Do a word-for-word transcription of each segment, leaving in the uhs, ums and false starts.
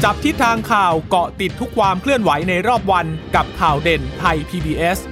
จับทิศทางข่าวเกาะติดทุกความเคลื่อนไหวในรอบวันกับข่าวเด่นไทย พี บี เอส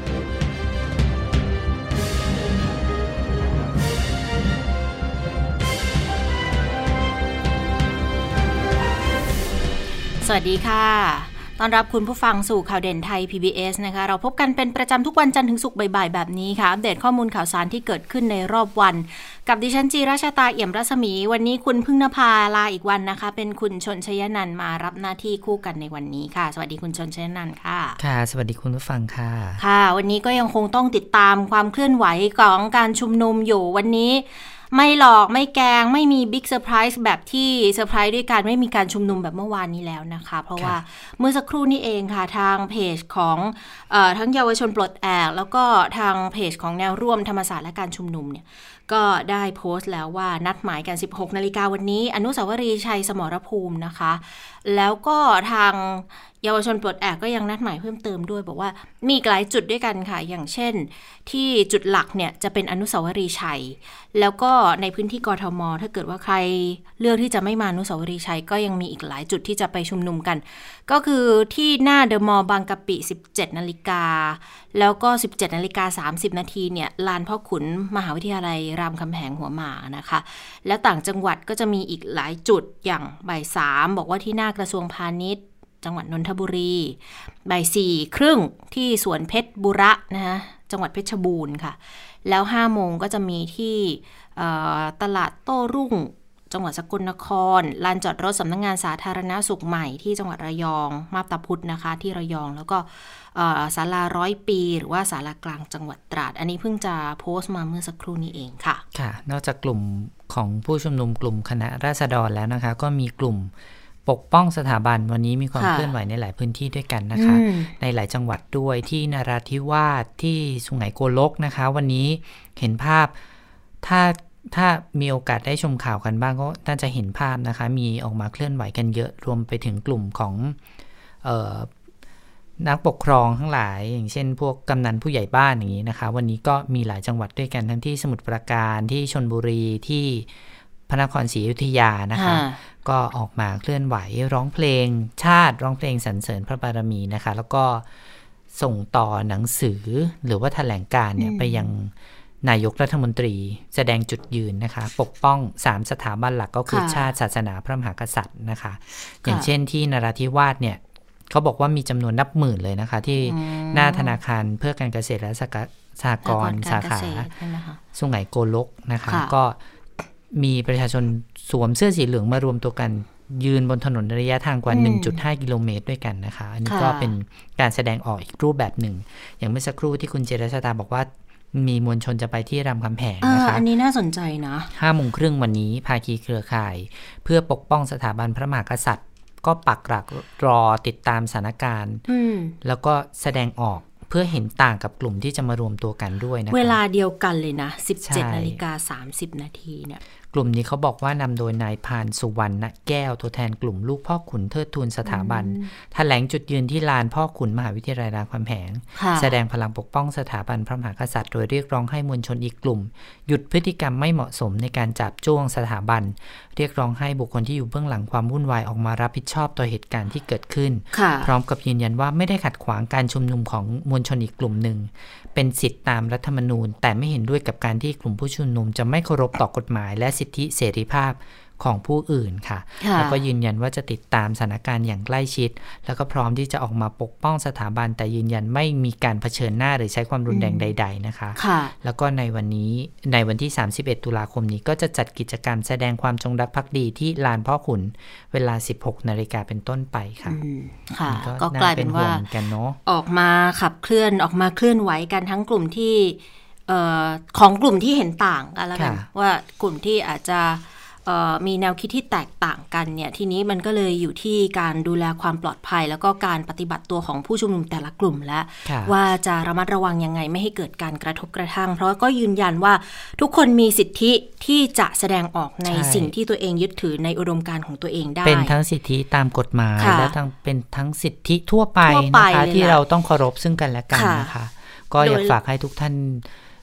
สวัสดีค่ะต้อนรับคุณผู้ฟังสู่ข่าวเด่นไทย พี บี เอส นะคะเราพบกันเป็นประจำทุกวันจันทร์ถึงศุกร์บ่ายๆแบบนี้ค่ะอัปเดตข้อมูลข่าวสารที่เกิดขึ้นในรอบวันกับดิฉันจีราชาตาเอี่ยมรัศมีวันนี้คุณพึ่งนภาลาอีกวันนะคะเป็นคุณชนชยนันท์มารับหน้าที่คู่กันในวันนี้ค่ะสวัสดีคุณชนชยนันท์ค่ะค่ะสวัสดีคุณผู้ฟังค่ะค่ะวันนี้ก็ยังคงต้องติดตามความเคลื่อนไหวของการชุมนุมอยู่วันนี้ไม่หลอกไม่แกงไม่มีบิ๊กเซอร์ไพรส์แบบที่เซอร์ไพรส์ด้วยการไม่มีการชุมนุมแบบเมื่อวานนี้แล้วนะคะเพราะว่าเมื่อสักครู่นี้เองค่ะทางเพจของเอ่อทั้งเยาวชนปลดแอกแล้วก็ทางเพจของแนวร่วมธรรมศาสตร์และการชุมนุมเนี่ยก็ได้โพสต์แล้วว่านัดหมายกัน สิบหกนาฬิกาวันนี้อนุสาวรีย์ชัยสมรภูมินะคะแล้วก็ทางเยาวชนปลดแอกก็ยังนัดหมายเพิ่มเติมด้วยบอกว่ามีหลายจุดด้วยกันค่ะอย่างเช่นที่จุดหลักเนี่ยจะเป็นอนุสาวรีย์ชัยแล้วก็ในพื้นที่กทมถ้าเกิดว่าใครเลือกที่จะไม่มาอนุสาวรีย์ชัยก็ยังมีอีกหลายจุดที่จะไปชุมนุมกันก็คือที่หน้าเดอะมอลล์บางกะปิ สิบเจ็ดนาฬิกาแล้วก็ สิบเจ็ดนาฬิกาสามสิบนาทีเนี่ยลานพ่อขุนมหาวิทยาลัยรามคำแหงหัวหมากนะคะแล้วต่างจังหวัดก็จะมีอีกหลายจุดอย่างบ่ายสามบอกว่าที่หน้ากระทรวงพาณิชย์จังหวัดนนทบุรีบ่ายสี่ครึ่งที่สวนเพชรบุระนะคะจังหวัดเพชรบูรณ์ค่ะแล้วห้าโมงก็จะมีที่ตลาดโต้รุ่งจังหวัดสกลนครลานจอดรถสำนักงานสาธารณสุขใหม่ที่จังหวัดระยองมาบตาพุธนะคะที่ระยองแล้วก็ศาลาร้อยปีหรือว่าศาลากลางจังหวัดตราดอันนี้เพิ่งจะโพสต์มาเมื่อสักครู่นี้เองค่ะค่ะนอกจากกลุ่มของผู้ชุมนุมกลุ่มคณะราษฎรแล้วนะคะก็มีกลุ่มปกป้องสถาบันวันนี้มีความเคลื่อนไหวในหลายพื้นที่ด้วยกันนะคะในหลายจังหวัดด้วยที่นราธิวาสที่สุไหงโกลกนะคะวันนี้เห็นภาพถ้าถ้ามีโอกาสได้ชมข่าวกันบ้างก็น่าจะเห็นภาพนะคะมีออกมาเคลื่อนไหวกันเยอะรวมไปถึงกลุ่มของเอ่อนักปกครองทั้งหลายอย่างเช่นพวกกำนันผู้ใหญ่บ้านอย่างนี้นะคะวันนี้ก็มีหลายจังหวัดด้วยกันทั้งที่สมุทรปราการที่ชลบุรีที่พระนครศรีอยุธยานะคะก็ออกมาเคลื่อนไหวร้องเพลงชาติร้องเพลงสรรเสริญพระบารมีนะคะแล้วก็ส่งต่อหนังสือหรือว่าแถลงการเนี่ยไปยังนายกรัฐมนตรีแสดงจุดยืนนะคะปกป้องสามสถาบันหลักก็คือชาติศาสนาพระมหากษัตริย์นะคะอย่างเช่นที่นราธิวาสเนี่ยเขาบอกว่ามีจำนวนนับหมื่นเลยนะคะที่หน้าธนาคารเพื่อการเกษตรและสหกรณ์สาขาสุไหงโกลกนะคะก็มีประชาชนสวมเสื้อสีเหลืองมารวมตัวกันยืนบนถนนระยะทางกว่า หนึ่งจุดห้า กิโลเมตรด้วยกันนะคะอันนี้ก็เป็นการแสดงออกอีกรูปแบบหนึ่งอย่างเมื่อสักครู่ที่คุณเจรชาตาบอกว่ามีมวลชนจะไปที่รามคำแหงนะคะอันนี้น่าสนใจนะห้าโมงครึ่งวันนี้ภาคีเครือข่ายเพื่อปกป้องสถาบันพระมหากษัตริย์ก็ปักหลักรอติดตามสถานการณ์แล้วก็แสดงออกเพื่อเห็นต่างกับกลุ่มที่จะมารวมตัวกันด้วยนะคะเวลาเดียวกันเลยนะ สิบเจ็ดนาฬิกาสามสิบนาทีเนี่ยกลุ่มนี้เขาบอกว่านำโดยนายพานสุวรรณแก้วตัวแทนกลุ่มลูกพ่อขุนเทิดทูนสถาบันแถลงจุดยืนที่ลานพ่อขุนมหาวิทยาลัยรามคำแหงแสดงพลังปกป้องสถาบันพระมหากษัตริย์โดยเรียกร้องให้มวลชนอีกกลุ่มหยุดพฤติกรรมไม่เหมาะสมในการจับจ้วงสถาบันเรียกร้องให้บุคคลที่อยู่เบื้องหลังความวุ่นวายออกมารับผิดชอบต่อเหตุการณ์ที่เกิดขึ้นพร้อมกับยืนยันว่าไม่ได้ขัดขวางการชุมนุมของมวลชนอีกกลุ่มหนึ่งเป็นสิทธิตามรัฐธรรมนูญแต่ไม่เห็นด้วยกับการที่กลุ่มผู้ชุมนุมจะไม่เคารพต่อกฎหมายและสิทธิเสรีภาพของผู้อื่นค่ะแล้วก็ยืนยันว่าจะติดตามสถานการณ์อย่างใกล้ชิดแล้วก็พร้อมที่จะออกมาปกป้องสถาบันแต่ยืนยันไม่มีการเผชิญหน้าหรือใช้ความรุนแรงใดๆนะคะแล้วก็ในวันนี้ในวันที่สามสิบเอ็ดตุลาคมนี้ก็จะจัดกิจกรรมแสดงความจงรักภักดีที่ลานพ่อขุนเวลา สิบหกนาฬิกาเป็นต้นไปค่ะค่ะก็กลายเป็นว่าออกมาขับเคลื่อนออกมาเคลื่อนไหวกันทั้งกลุ่มที่ของกลุ่มที่เห็นต่างกันแล้วกันว่ากลุ่มที่อาจจะมีแนวคิดที่แตกต่างกันเนี่ยทีนี้มันก็เลยอยู่ที่การดูแลความปลอดภัยแล้วก็การปฏิบัติตัวของผู้ชุมนุมแต่ละกลุ่มแล้วว่าจะระมัดระวังยังไงไม่ให้เกิดการกระทบกระทั่งเพราะก็ยืนยันว่าทุกคนมีสิทธิที่จะแสดงออกในสิ่งที่ตัวเองยึดถือในอุดมการณ์ของตัวเองได้เป็นทั้งสิทธิตามกฎหมายและทั้งเป็นทั้งสิทธิทั่วไปนะคะที่เราต้องเคารพซึ่งกันและกันนะคะก็อยากฝากให้ทุกท่าน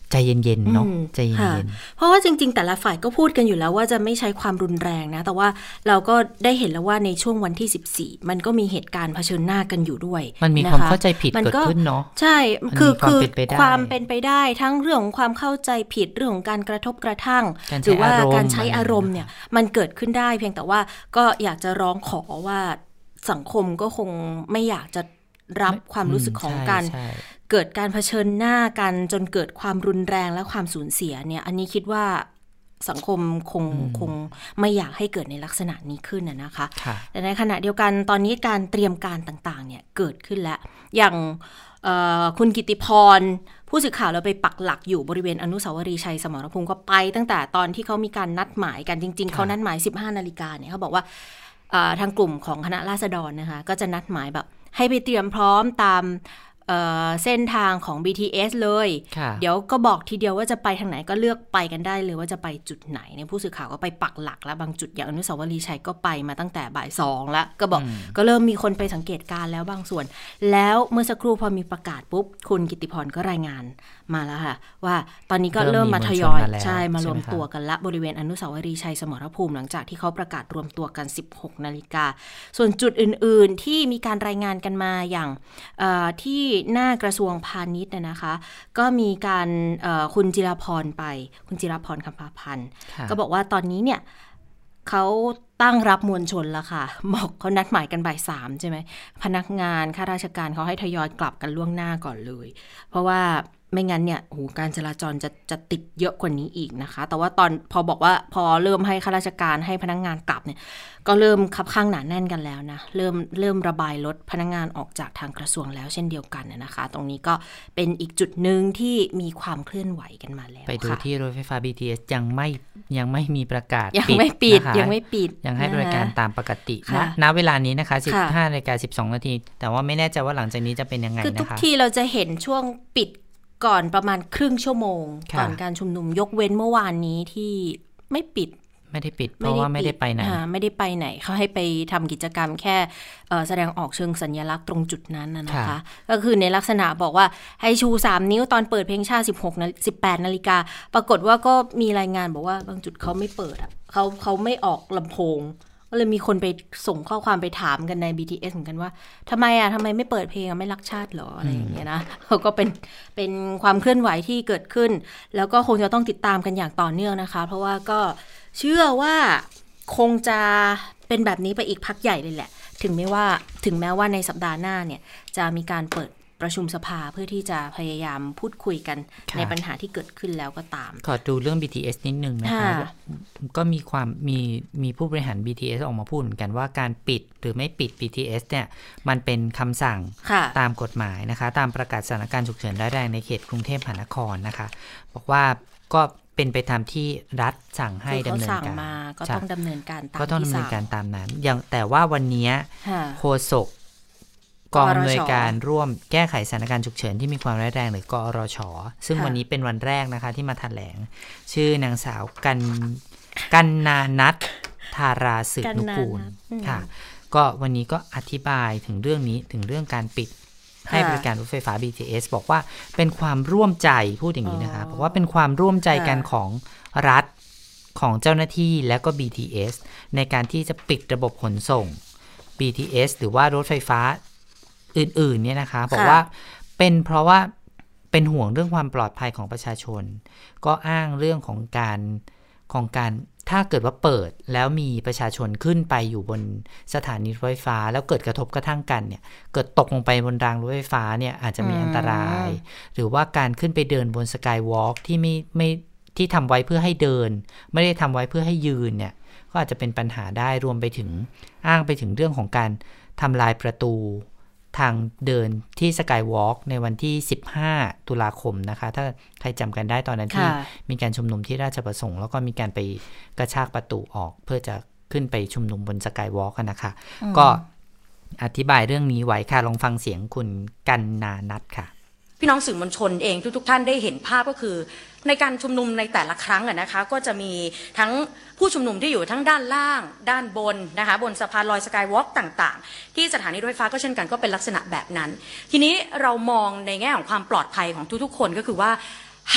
ใจเย็นๆเนาะใจเย็นๆเพราะว่าจริงๆแต่ละฝ่ายก็พูดกันอยู่แล้วว่าจะไม่ใช้ความรุนแรงนะแต่ว่าเราก็ได้เห็นแล้วว่าในช่วงวันที่สิบสี่มันก็มีเหตุการณ์เผชิญหน้ากันอยู่ด้วยมันมีความเข้าใจผิดเกิดขึ้นเนาะใช่คือคือความเป็นไปได้ทั้งเรื่องของความเข้าใจผิดเรื่องของการกระทบกระทั่งหรือว่าการใช้อารมณ์เนี่ยมันเกิดขึ้นได้เพียงแต่ว่าก็อยากจะร้องขอว่าสังคมก็คงไม่อยากจะรับความรู้สึกของการเกิดการเผชิญหน้ากันจนเกิดความรุนแรงและความสูญเสียเนี่ยอันนี้คิดว่าสังคมคงคงไม่อยากให้เกิดในลักษณะนี้ขึ้นนะนะคะแต่ในขณะเดียวกันตอนนี้การเตรียมการต่างๆเนี่ยเกิดขึ้นแล้วอย่างคุณกิติพรผู้สื่อข่าวเราไปปักหลักอยู่บริเวณอนุสาวรีย์ชัยสมรภูมิก็ไปตั้งแต่ตอนที่เขามีการนัดหมายกันจริงๆเขานัดหมาย สิบห้านาฬิกาเนี่ยเขาบอกว่าทางกลุ่มของคณะราษฎรนะคะก็จะนัดหมายแบบให้ไปเตรียมพร้อมตามเส้นทางของ บี ที เอส เลยเดี๋ยวก็บอกทีเดียวว่าจะไปทางไหนก็เลือกไปกันได้เลยว่าจะไปจุดไหนเนี่ยผู้สื่อข่าวก็ไปปักหลักแล้วบางจุดอย่างอนุสาวรีย์ชัยก็ไปมาตั้งแต่บ่ายสองแล้วก็บอกก็เริ่มมีคนไปสังเกตการแล้วบางส่วนแล้วเมื่อสักครู่พอมีประกาศปุ๊บคุณกิติพรก็รายงานมาแล้วค่ะว่าตอนนี้ก็เริ่มมาทยอยใช่มารวมตัวกันละบริเวณอนุสาวรีย์ชัยสมรภูมิหลังจากที่เขาประกาศรวมตัวกัน สิบหกนาฬิกาส่วนจุดอื่นๆที่มีการรายงานกันมาอย่างที่หน้ากระทรวงพาณิชย์นะคะก็มีการคุณจิราพรไปคุณจิราพรคำพาพันธ์ก็บอกว่าตอนนี้เนี่ยเขาตั้งรับมวลชนแล้วค่ะบอกเขานัดหมายกันบ่ายสามใช่ไหมพนักงานข้าราชการเขาให้ทยอยกลับกันล่วงหน้าก่อนเลยเพราะว่าไม่งั้นเนี่ยโหการจราจรจะจะติดเยอะกว่านี้อีกนะคะแต่ว่าตอนพอบอกว่าพอเริ่มให้ข้าราชการให้พนักงานกลับเนี่ยก็เริ่มคับข้างหนาแน่นกันแล้วนะเริ่มเริ่มระบายรถพนักงานออกจากทางกระทรวงแล้วเช่นเดียวกันนะคะตรงนี้ก็เป็นอีกจุดนึงที่มีความเคลื่อนไหวกันมาแล้วไปดูที่รถไฟฟ้า บี ที เอส ยังไม่ยังไม่มีประกาศยังไม่ปิดยังไม่ปิดยังให้บริการตามปกตินะณเวลานี้นะคะ สิบห้านาฬิกาสิบสองนาทีแต่ว่าไม่แน่ใจว่าหลังจากนี้จะเป็นยังไงนะคะคือทุกทีเราจะเห็นช่วงปิดก่อนประมาณครึ่งชั่วโมงก่อนการชุมนุมยกเว้นเมื่อวานนี้ที่ไม่ปิดไม่ได้ปิดเพราะว่าไม่ได้ไปไหนไม่ได้ไปไหนเขาให้ไปทำกิจกรรมแค่แสดงออกเชิงสัญลักษณ์ตรงจุดนั้นนะคะก็คือในลักษณะบอกว่าให้ชูสามนิ้วตอนเปิดเพลงชาติสิบหก สิบแปดนาฬิกาปรากฏว่าก็มีรายงานบอกว่าบางจุดเขาไม่เปิดอ่ะเขาเขาไม่ออกลำโพงก็เลยมีคนไปส่งข้อความไปถามกันใน บี ที เอส เหมือนกันว่าทำไมอ่ะทำไมไม่เปิดเพลงไม่รักชาติหรออะไรอย่างเงี้ยนะเขาก็เป็นเป็นความเคลื่อนไหวที่เกิดขึ้นแล้วก็คงจะต้องติดตามกันอย่างต่อเนื่องนะคะเพราะว่าก็เชื่อว่าคงจะเป็นแบบนี้ไปอีกพักใหญ่เลยแหละถึงแม้ว่าถึงแม้ว่าในสัปดาห์หน้าเนี่ยจะมีการเปิดประชุมสภาเพื่อที่จะพยายามพูดคุยกันในปัญหาที่เกิดขึ้นแล้วก็ตามขอดูเรื่อง บี ที เอส นิดนึงนะคะก็มีความมีมีผู้บริหาร บี ที เอส ออกมาพูดเหมือนกันว่าการปิดหรือไม่ปิด บี ที เอส เนี่ยมันเป็นคำสั่งตามกฎหมายนะคะตามประกาศสถานการณ์ฉุกเฉินร้ายแรงในเขตกรุงเทพมหานครนะคะบอกว่าก็เป็นไปตามที่รัฐสั่งให้ดำเนินการมาก็ต้องดำเนินการตามก็ต้องดำเนินการตามนั้นอย่างแต่ว่าวันนี้โฆษกกองอำนวยการร่วมแก้ไขสถานการณ์ฉุกเฉินที่มีความร้ายแรงหรือกอรช.ซึ่งวันนี้เป็นวันแรกนะคะที่มาแถลงชื่อนางสาวกันกันนานัทธาราสืบนุกูลค่ะก็วันนี้ก็อธิบายถึงเรื่องนี้ถึงเรื่องการปิดให้บริการรถไฟฟ้า บี ที เอส บอกว่าเป็นความร่วมใจพูดอย่างนี้นะคะบอกว่าเป็นความร่วมใจกันของรัฐของเจ้าหน้าที่และก็ บี ที เอส ในการที่จะปิดระบบขนส่ง บี ที เอส หรือว่ารถไฟฟ้าอื่นๆเนี่ยนะคะบอกว่าเป็นเพราะว่าเป็นห่วงเรื่องความปลอดภัยของประชาชนก็อ้างเรื่องของการของการถ้าเกิดว่าเปิดแล้วมีประชาชนขึ้นไปอยู่บนสถานีรถไฟฟ้าแล้วเกิดกระทบกระทั่งกันเนี่ยเกิดตกลงไปบนรางรถไฟฟ้าเนี่ยอาจจะมีอันตรายหรือว่าการขึ้นไปเดินบนสกายวอล์กที่ไม่ไม่ที่ทำไว้เพื่อให้เดินไม่ได้ทำไว้เพื่อให้ยืนเนี่ยก็อาจจะเป็นปัญหาได้รวมไปถึงอ้างไปถึงเรื่องของการทำลายประตูทางเดินที่สกายวอล์กในวันที่สิบห้าตุลาคมนะคะถ้าใครจำกันได้ตอนนั้นที่มีการชุมนุมที่ราชประสงค์แล้วก็มีการไปกระชากประตูออกเพื่อจะขึ้นไปชุมนุมบนสกายวอล์กนะคะก็อธิบายเรื่องนี้ไว้ค่ะลองฟังเสียงคุณกันนานัทค่ะพี่น้องสื่อมวลชนเองทุกๆท่านได้เห็นภาพก็คือในการชุมนุมในแต่ละครั้งอะนะคะก็จะมีทั้งผู้ชุมนุมที่อยู่ทั้งด้านล่างด้านบนนะคะบนสะพานลอยสกายวอล์กต่างๆที่สถานีรถไฟฟ้าก็เช่นกันก็เป็นลักษณะแบบนั้นทีนี้เรามองในแง่ของความปลอดภัยของทุกๆคนก็คือว่าหาก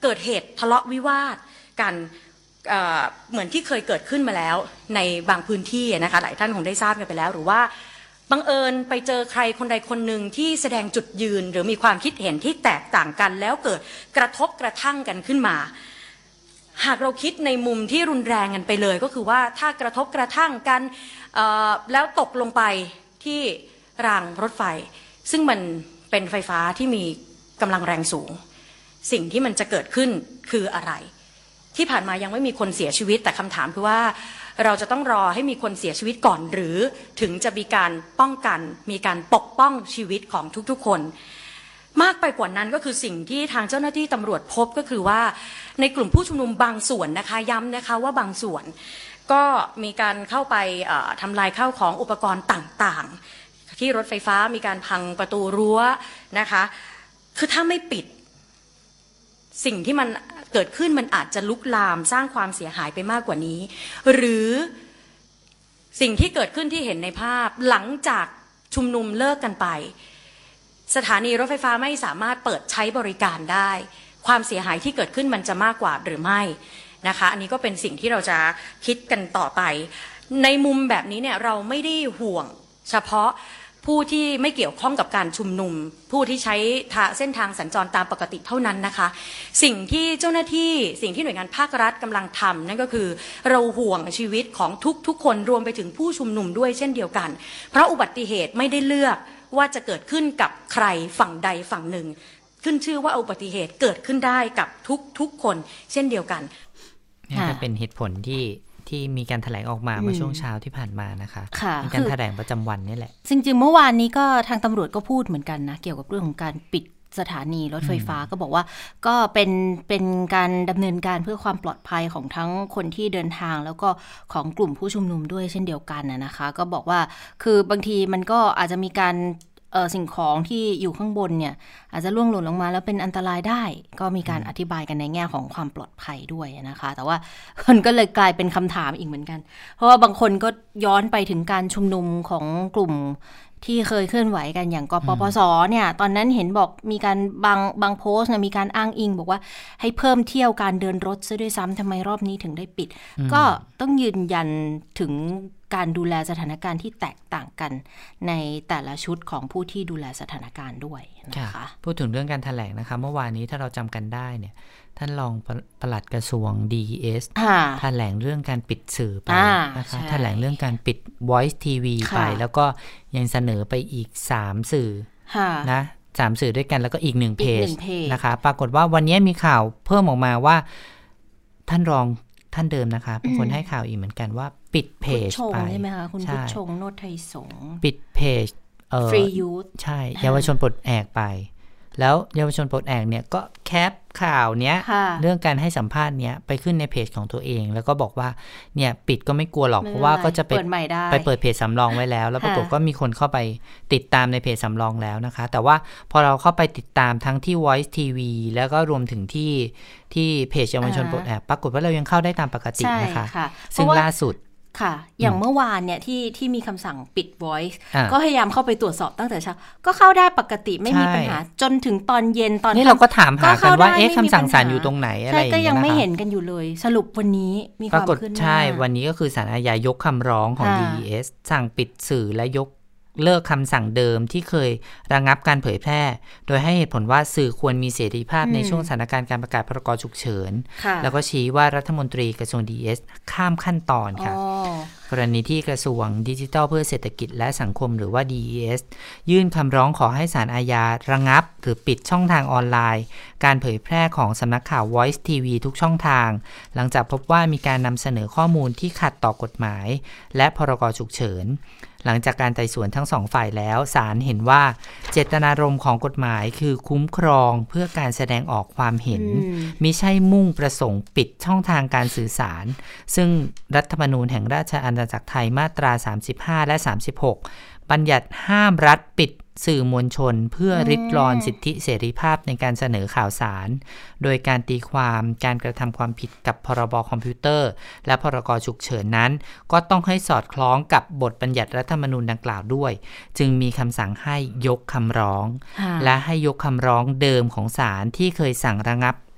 เกิดเหตุทะเลาะวิวาทกันเอ่อเหมือนที่เคยเกิดขึ้นมาแล้วในบางพื้นที่นะคะหลายท่านคงได้ทราบกันไปแล้วหรือว่าบังเอิญไปเจอใครคนใดคนหนึ่งที่แสดงจุดยืนหรือมีความคิดเห็นที่แตกต่างกันแล้วเกิดกระทบกระทั่งกันขึ้นมาหากเราคิดในมุมที่รุนแรงกันไปเลยก็คือว่าถ้ากระทบกระทั่งกันแล้วตกลงไปที่รางรถไฟซึ่งมันเป็นไฟฟ้าที่มีกำลังแรงสูงสิ่งที่มันจะเกิดขึ้นคืออะไรที่ผ่านมายังไม่มีคนเสียชีวิตแต่คำถามคือว่าเราจะต้องรอให้มีคนเสียชีวิตก่อนหรือถึงจะมีการป้องกันมีการปกป้องชีวิตของทุกๆคนมากไปกว่านั้นก็คือสิ่งที่ทางเจ้าหน้าที่ตำรวจพบก็คือว่าในกลุ่มผู้ชุมนุมบางส่วนนะคะย้ำนะคะว่าบางส่วนก็มีการเข้าไปทำลายข้าวของอุปกรณ์ต่างๆที่รถไฟฟ้ามีการพังประตูรั้วนะคะคือถ้าไม่ปิดสิ่งที่มันเกิดขึ้นมันอาจจะลุกลามสร้างความเสียหายไปมากกว่านี้หรือสิ่งที่เกิดขึ้นที่เห็นในภาพหลังจากชุมนุมเลิกกันไปสถานีรถไฟฟ้าไม่สามารถเปิดใช้บริการได้ความเสียหายที่เกิดขึ้นมันจะมากกว่าหรือไม่นะคะอันนี้ก็เป็นสิ่งที่เราจะคิดกันต่อไปในมุมแบบนี้เนี่ยเราไม่ได้ห่วงเฉพาะผู้ที่ไม่เกี่ยวข้องกับการชุมนุมผู้ที่ใช้เส้นทางสัญจรตามปกติเท่านั้นนะคะสิ่งที่เจ้าหน้าที่สิ่งที่หน่วยงานภาครัฐกำลังทำนั่นก็คือเราห่วงชีวิตของทุกๆคนรวมไปถึงผู้ชุมนุมด้วยเช่นเดียวกันเพราะอุบัติเหตุไม่ได้เลือกว่าจะเกิดขึ้นกับใครฝั่งใดฝั่งหนึ่งขึ้นชื่อว่าอุบัติเหตุเกิดขึ้นได้กับทุกๆคนเช่นเดียวกันนี่ก็เป็นเหตุผลที่ที่มีการแถลงออกมาเมื่อช่วงเช้าที่ผ่านมานะคะเป็นการแถลงประจำวันนี่แหละจริงๆเมื่อวานนี้ก็ทางตำรวจก็พูดเหมือนกันนะเกี่ยวกับเรื่องของการปิดสถานีรถไฟฟ้าก็บอกว่าก็เป็นเป็นการดำเนินการเพื่อความปลอดภัยของทั้งคนที่เดินทางแล้วก็ของกลุ่มผู้ชุมนุมด้วยเช่นเดียวกันนะคะก็บอกว่าคือบางทีมันก็อาจจะมีการเอ่อสิ่งของที่อยู่ข้างบนเนี่ยอาจจะร่วงหล่นลงมาแล้วเป็นอันตรายได้ก็มีการอธิบายกันในแง่ของความปลอดภัยด้วยนะคะแต่ว่ามันก็เลยกลายเป็นคำถามอีกเหมือนกันเพราะว่าบางคนก็ย้อนไปถึงการชุมนุมของกลุ่มที่เคยเคลื่อนไหวกันอย่างกปปสเนี่ยตอนนั้นเห็นบอกมีการบางบางโพสต์นะมีการอ้างอิงบอกว่าให้เพิ่มเที่ยวการเดินรถซะด้วยซ้ำทำไมรอบนี้ถึงได้ปิดก็ต้องยืนยันถึงการดูแลสถานการณ์ที่แตกต่างกันในแต่ละชุดของผู้ที่ดูแลสถานการณ์ด้วยนะคะพูดถึงเรื่องการแถลงนะคะเมื่อวานนี้ถ้าเราจำกันได้เนี่ยท่านรองปลัดกระทรวง ดี อี เอส แถลงเรื่องการปิดสื่อไปนะคะแถลงเรื่องการปิด Voice ที วี ไปแล้วก็ยังเสนอไปอีกสามสื่อนะสามสื่อด้วยกันแล้วก็อีกหนึ่งเพจนะคะปรากฏว่าวันนี้มีข่าวเพิ่มออกมาว่าท่านรองท่านเดิมนะคะเป็นคนให้ข่าวอีกเหมือนกันว่าปิดเพจไปใช่ไหมคะคุณพุทธชงโนไทยสงปิดเพจเอ่อ Free Youth ใช่เยาวชนปลดแอกไปแล้วเยาวชนปลดแอกเนี่ยก็แคปข่าวเนี้ยเรื่องการให้สัมภาษณ์เนี้ยไปขึ้นในเพจของตัวเองแล้วก็บอกว่าเนี่ยปิดก็ไม่กลัวหรอกเพราะว่าก็จะไปไปเปิดเพจสำรองไว้แล้วแล้วปรากฏก็มีคนเข้าไปติดตามในเพจสำรองแล้วนะคะแต่ว่าพอเราเข้าไปติดตามทั้งที่ Voice ที วี แล้วก็รวมถึงที่ที่เพจเยาวชนปลดแอกปรากฏว่าเรายังเข้าได้ตามปกตินะคะซึ่งล่าสุดค่ะอย่างเมื่อวานเนี่ยที่ที่มีคำสั่งปิด Voice ก็พยายามเข้าไปตรวจสอบตั้งแต่เช้าก็เข้าได้ปกติไม่มีปัญหาจนถึงตอนเย็นตอนนี้เราก็ถามหากันว่าเอ๊ะคำสั่งศาลอยู่ตรงไหนอะไรอย่างเงี้ยนะคะก็ยังไม่เห็นกันอยู่เลยสรุปวันนี้มีความขึ้นหน้าใช่วันนี้ก็คือศาลอาญายกคำร้องของ ดี อี เอส สั่งปิดสื่อและยกเลิกคำสั่งเดิมที่เคยระงับการเผยแพร่โดยให้เหตุผลว่าสื่อควรมีเสรีภาพในช่วงสถานการณ์การประกาศพรกฉุกเฉินแล้วก็ชี้ว่ารัฐมนตรีกระทรวง ดี อี เอส ข้ามขั้นตอนค่ะกรณีที่กระทรวงดิจิทัลเพื่อเศรษฐกิจและสังคมหรือว่า ดี อี เอส ยื่นคำร้องขอให้ศาลอาญาระงับหรือปิดช่องทางออนไลน์การเผยแพร่ของสำนักข่าว Voice ที วี ทุกช่องทางหลังจากพบว่ามีการนำเสนอข้อมูลที่ขัดต่อกฎหมายและพรกฉุกเฉินหลังจากการไต่สวนทั้งสองฝ่ายแล้วศาลเห็นว่าเจตนารมณ์ของกฎหมายคือคุ้มครองเพื่อการแสดงออกความเห็นมิใช่มุ่งประสงค์ปิดช่องทางการสื่อสารซึ่งรัฐธรรมนูญแห่งราชอาณาจักรไทยมาตราสามสิบห้าและสามสิบหกบัญญัติห้ามรัฐปิดสื่อมวลชนเพื่อริดรอนสิทธิเสรีภาพในการเสนอข่าวสารโดยการตีความการกระทำความผิดกับพรบคอมพิวเตอร์และพรกฉุกเฉินนั้นก็ต้องให้สอดคล้องกับบทบัญญัติรัฐธรรมนูญดังกล่าวด้วยจึงมีคำสั่งให้ยกคำร้องและให้ยกคำร้องเดิมของศาลที่เคยสั่งระงับ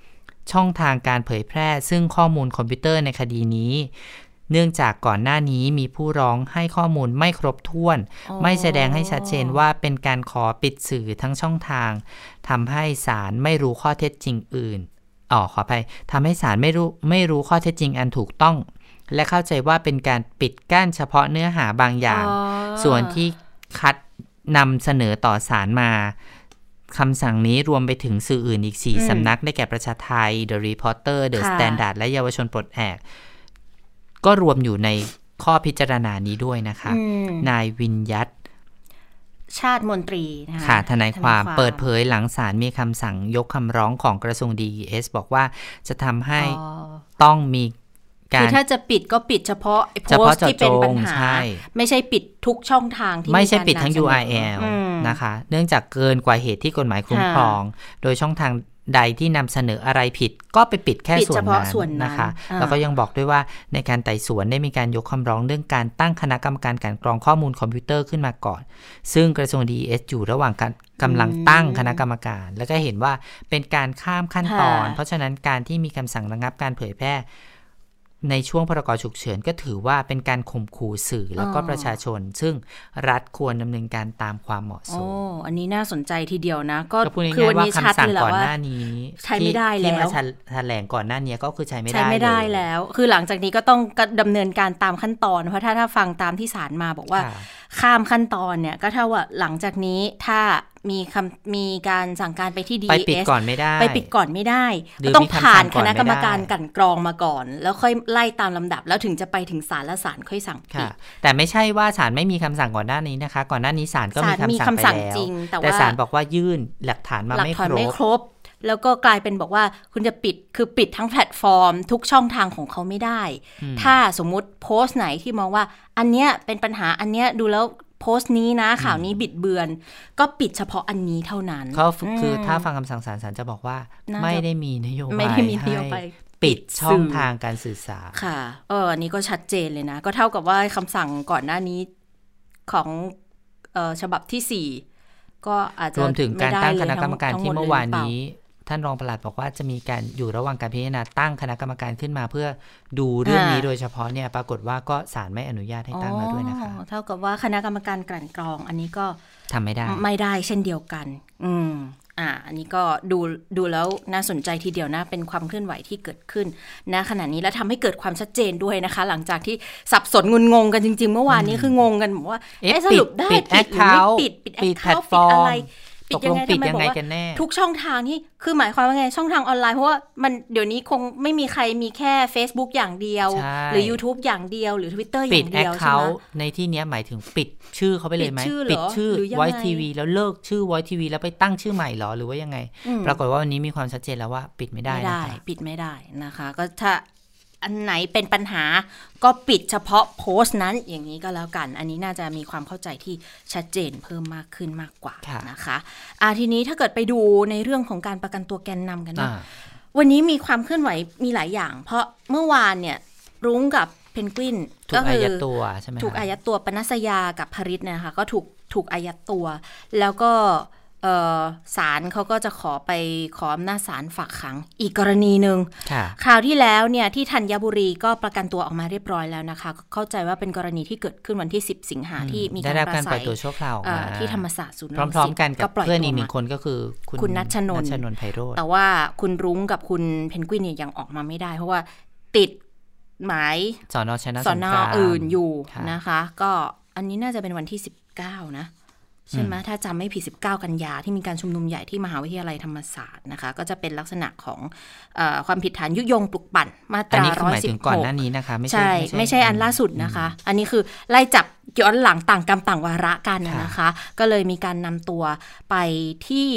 ช่องทางการเผยแพร่ซึ่งข้อมูลคอมพิวเตอร์ในคดีนี้เนื่องจากก่อนหน้านี้มีผู้ร้องให้ข้อมูลไม่ครบถ้วนไม่แสดงให้ชัดเจนว่าเป็นการขอปิดสื่อทั้งช่องทางทำให้ศาลไม่รู้ข้อเท็จจริงอื่นอ๋อขออภัยทำให้ศาลไม่รู้ไม่รู้ข้อเท็จจริงอันถูกต้องและเข้าใจว่าเป็นการปิดกั้นเฉพาะเนื้อหาบางอย่างส่วนที่คัดนำเสนอต่อศาลมาคำสั่งนี้รวมไปถึงสื่ออื่นอีกสี่สำนักได้แก่ประชาไทย The Reporter The Standard และเยาวชนปลดแอกก็รวมอยู่ในข้อพิจารณานี้ด้วยนะคะนายวินยัตชาติมนตรีนะคะค่ะทนายความเปิดเผยหลังศาลมีคำสั่งยกคำร้องของกระทรวง ดี อี เอส บอกว่าจะทำให้ต้องมีการคือถ้าจะปิดก็ปิดเฉพาะโพสต์ที่เป็นปัญหาไม่ใช่ปิดทุกช่องทางที่ไม่ใช่ปิดทั้ง ยู อาร์ แอล นะคะเนื่องจากเกินกว่าเหตุที่กฎหมายคุ้มครองโดยช่องทางใดที่นำเสนออะไรผิดก็ไปปิดแค่ส่วนนั้นนะคะแล้วก็ยังบอกด้วยว่าในการไต่สวนได้มีการยกคำร้องเรื่องการตั้งคณะกรรมการกลั่นกรองข้อมูลคอมพิวเตอร์ขึ้นมาก่อนซึ่งกระทรวง ดี อี เอส อยู่ระหว่างการกำลังตั้งคณะกรรมการแล้วก็เห็นว่าเป็นการข้ามขั้นตอนเพราะฉะนั้นการที่มีคำสั่งระงับการเผยแพร่ในช่วงพรกฉุกเฉินก็ถือว่าเป็นการข่มขู่สื่อแล้วก็ประชาชนซึ่งรัฐควรดำเนินการตามความเหมาะสมโอ้อันนี้น่าสนใจทีเดียวนะก็คือวันนี้ชัดเลยว่าใช้ไม่ได้แล้วที่มาแถลงก่อนหน้านี้ก็คือใช้ไม่ได้ใช้ไม่ได้แล้วคือหลังจากนี้ก็ต้องดำเนินการตามขั้นตอนเพราะถ้าถ้าฟังตามที่ศาลมาบอกว่าข้ามขั้นตอนเนี่ยก็เท่าว่าหลังจากนี้ถ้ามีคำมีการสั่งการไปที่ ดี อี เอสไปปิดก่อนไม่ได้ไปปิดก่อนไม่ได้ต้องผ่านคณะกรรมการกลั่นกรองมาก่อนแล้วค่อยไล่ตามลำดับแล้วถึงจะไปถึงศาลและศาลค่อยสั่งปิดแต่ไม่ใช่ว่าศาลไม่มีคำสั่งก่อนหน้านี้นะคะก่อนหน้านี้ศาลก็มีคำสั่งไปแล้วแต่ศาลบอกว่ายื่นหลักฐานมาไม่ครบแล้วก็กลายเป็นบอกว่าคุณจะปิดคือปิดทั้งแพลตฟอร์มทุกช่องทางของเขาไม่ได้ถ้าสมมุติโพสต์ไหนที่มองว่าอันเนี้ยเป็นปัญหาอันเนี้ยดูแล้วโพสต์นี้นะข่าวนี้บิดเบือนก็ปิดเฉพาะอันนี้เท่านั้นเขาคือถ้าฟังคำสั่งศาลศาลจะบอกว่าไม่ได้มีนโยบายให้ปิดช่องทางการสื่อสารค่ะเอออันนี้ก็ชัดเจนเลยนะก็เท่ากับว่าคำสั่งก่อนหน้านี้ของเอ่อฉบับที่สี่ก็อาจจะรวมถึงการตั้งคณะกรรมการที่เมื่อวานนี้ท่านรองปลัดบอกว่าจะมีการอยู่ระหว่างการพิจารณาตั้งคณะกรรมการขึ้นมาเพื่อดูเรื่องนี้โดยเฉพาะเนี่ยปรากฏว่าก็ศาลไม่อนุญาตให้ตั้งมาด้วยนะคะเท่ากับว่าคณะกรรมการกลั่นกรองอันนี้ก็ทำไม่ได้ไม่ได้เช่นเดียวกันอืมอ่าอันนี้ก็ดูดูแล้วน่าสนใจทีเดียวนะเป็นความเคลื่อนไหวที่เกิดขึ้นณขณะนี้และทำให้เกิดความชัดเจนด้วยนะคะหลังจากที่สับสนงุนงงกันจริงๆเมื่อวานนี้คืองงกันบอกว่าเอ๊ะสรุปได้ปิดหรือไม่ปิดปิดแอคเคาท์ปิดอะไรปิดยังไงทำไมบอกว่าทุกช่องทางนี่คือหมายความว่าไงช่องทางออนไลน์เพราะว่ามันเดี๋ยวนี้คงไม่มีใครมีแค่ Facebook อย่างเดียวหรือ YouTube อย่างเดียวหรือ Twitter อย่างเดียวใช่ไหมปิด account ในที่นี้หมายถึงปิดชื่อเขาไปเลยไหมปิดชื่อ Voice ที วี แล้วเลิกชื่อ Voice ที วี แล้วไปตั้งชื่อใหม่หรอหรือว่ายังไงปรากฏว่าวันนี้มีความชัดเจนแล้วว่าปิดไม่ได้นะคะปิดไม่ได้นะคะก็ถ้าอันไหนเป็นปัญหาก็ปิดเฉพาะโพสต์นั้นอย่างนี้ก็แล้วกันอันนี้น่าจะมีความเข้าใจที่ชัดเจนเพิ่มมากขึ้นมากกว่านะคะอ่ะทีนี้ถ้าเกิดไปดูในเรื่องของการประกันตัวแกนนำกันนะวันนี้มีความเคลื่อนไหวมีหลายอย่างเพราะเมื่อวานเนี่ยรุ้งกับเพนกวินก็คือถูกอายัดตัวใช่ไหมถูกอายัดตัวปนัสยากับภริษนะคะก็ถูกถูกอายัดตัวแล้วก็ศาลเขาก็จะขอไปขออำนาจศาลฝากขังอีกกรณีหนึ่งคราวที่แล้วเนี่ยที่ธัญบุรีก็ประกันตัวออกมาเรียบร้อยแล้วนะคะเข้าใจว่าเป็นกรณีที่เกิดขึ้นวันที่สิบสิงหาที่มีการปราศัยที่ธรรมศาสตร์ศูนย์รังสิตพร้อมๆกันกับเพื่อนอีกหนึ่งคนก็คือคุณณัชนนท์ไพโรจน์แต่ว่าคุณรุ้งกับคุณเพนกวินเนี่ยยังออกมาไม่ได้เพราะว่าติดหมายสน.ชนะสน.อื่นอยู่นะคะก็อันนี้น่าจะเป็นวันที่สิบเก้านะใช่ไหมถ้าจำไม่ผิดสิบเก้ากันยาที่มีการชุมนุมใหญ่ที่มหาวิทยาลัยธรรมศาสตร์นะคะก็จะเป็นลักษณะของเอ่อความผิดฐานยุยงปลุกปั่นมาตราหนึ่งร้อยสิบหกก่อนหน้านี้นะคะไม่ใช่ไม่ใช่อันล่าสุดนะคะอันนี้คือไล่จับย้อนหลังต่างกรรมต่างวาระกันนะคะก็เลยมีการนำตัวไปที่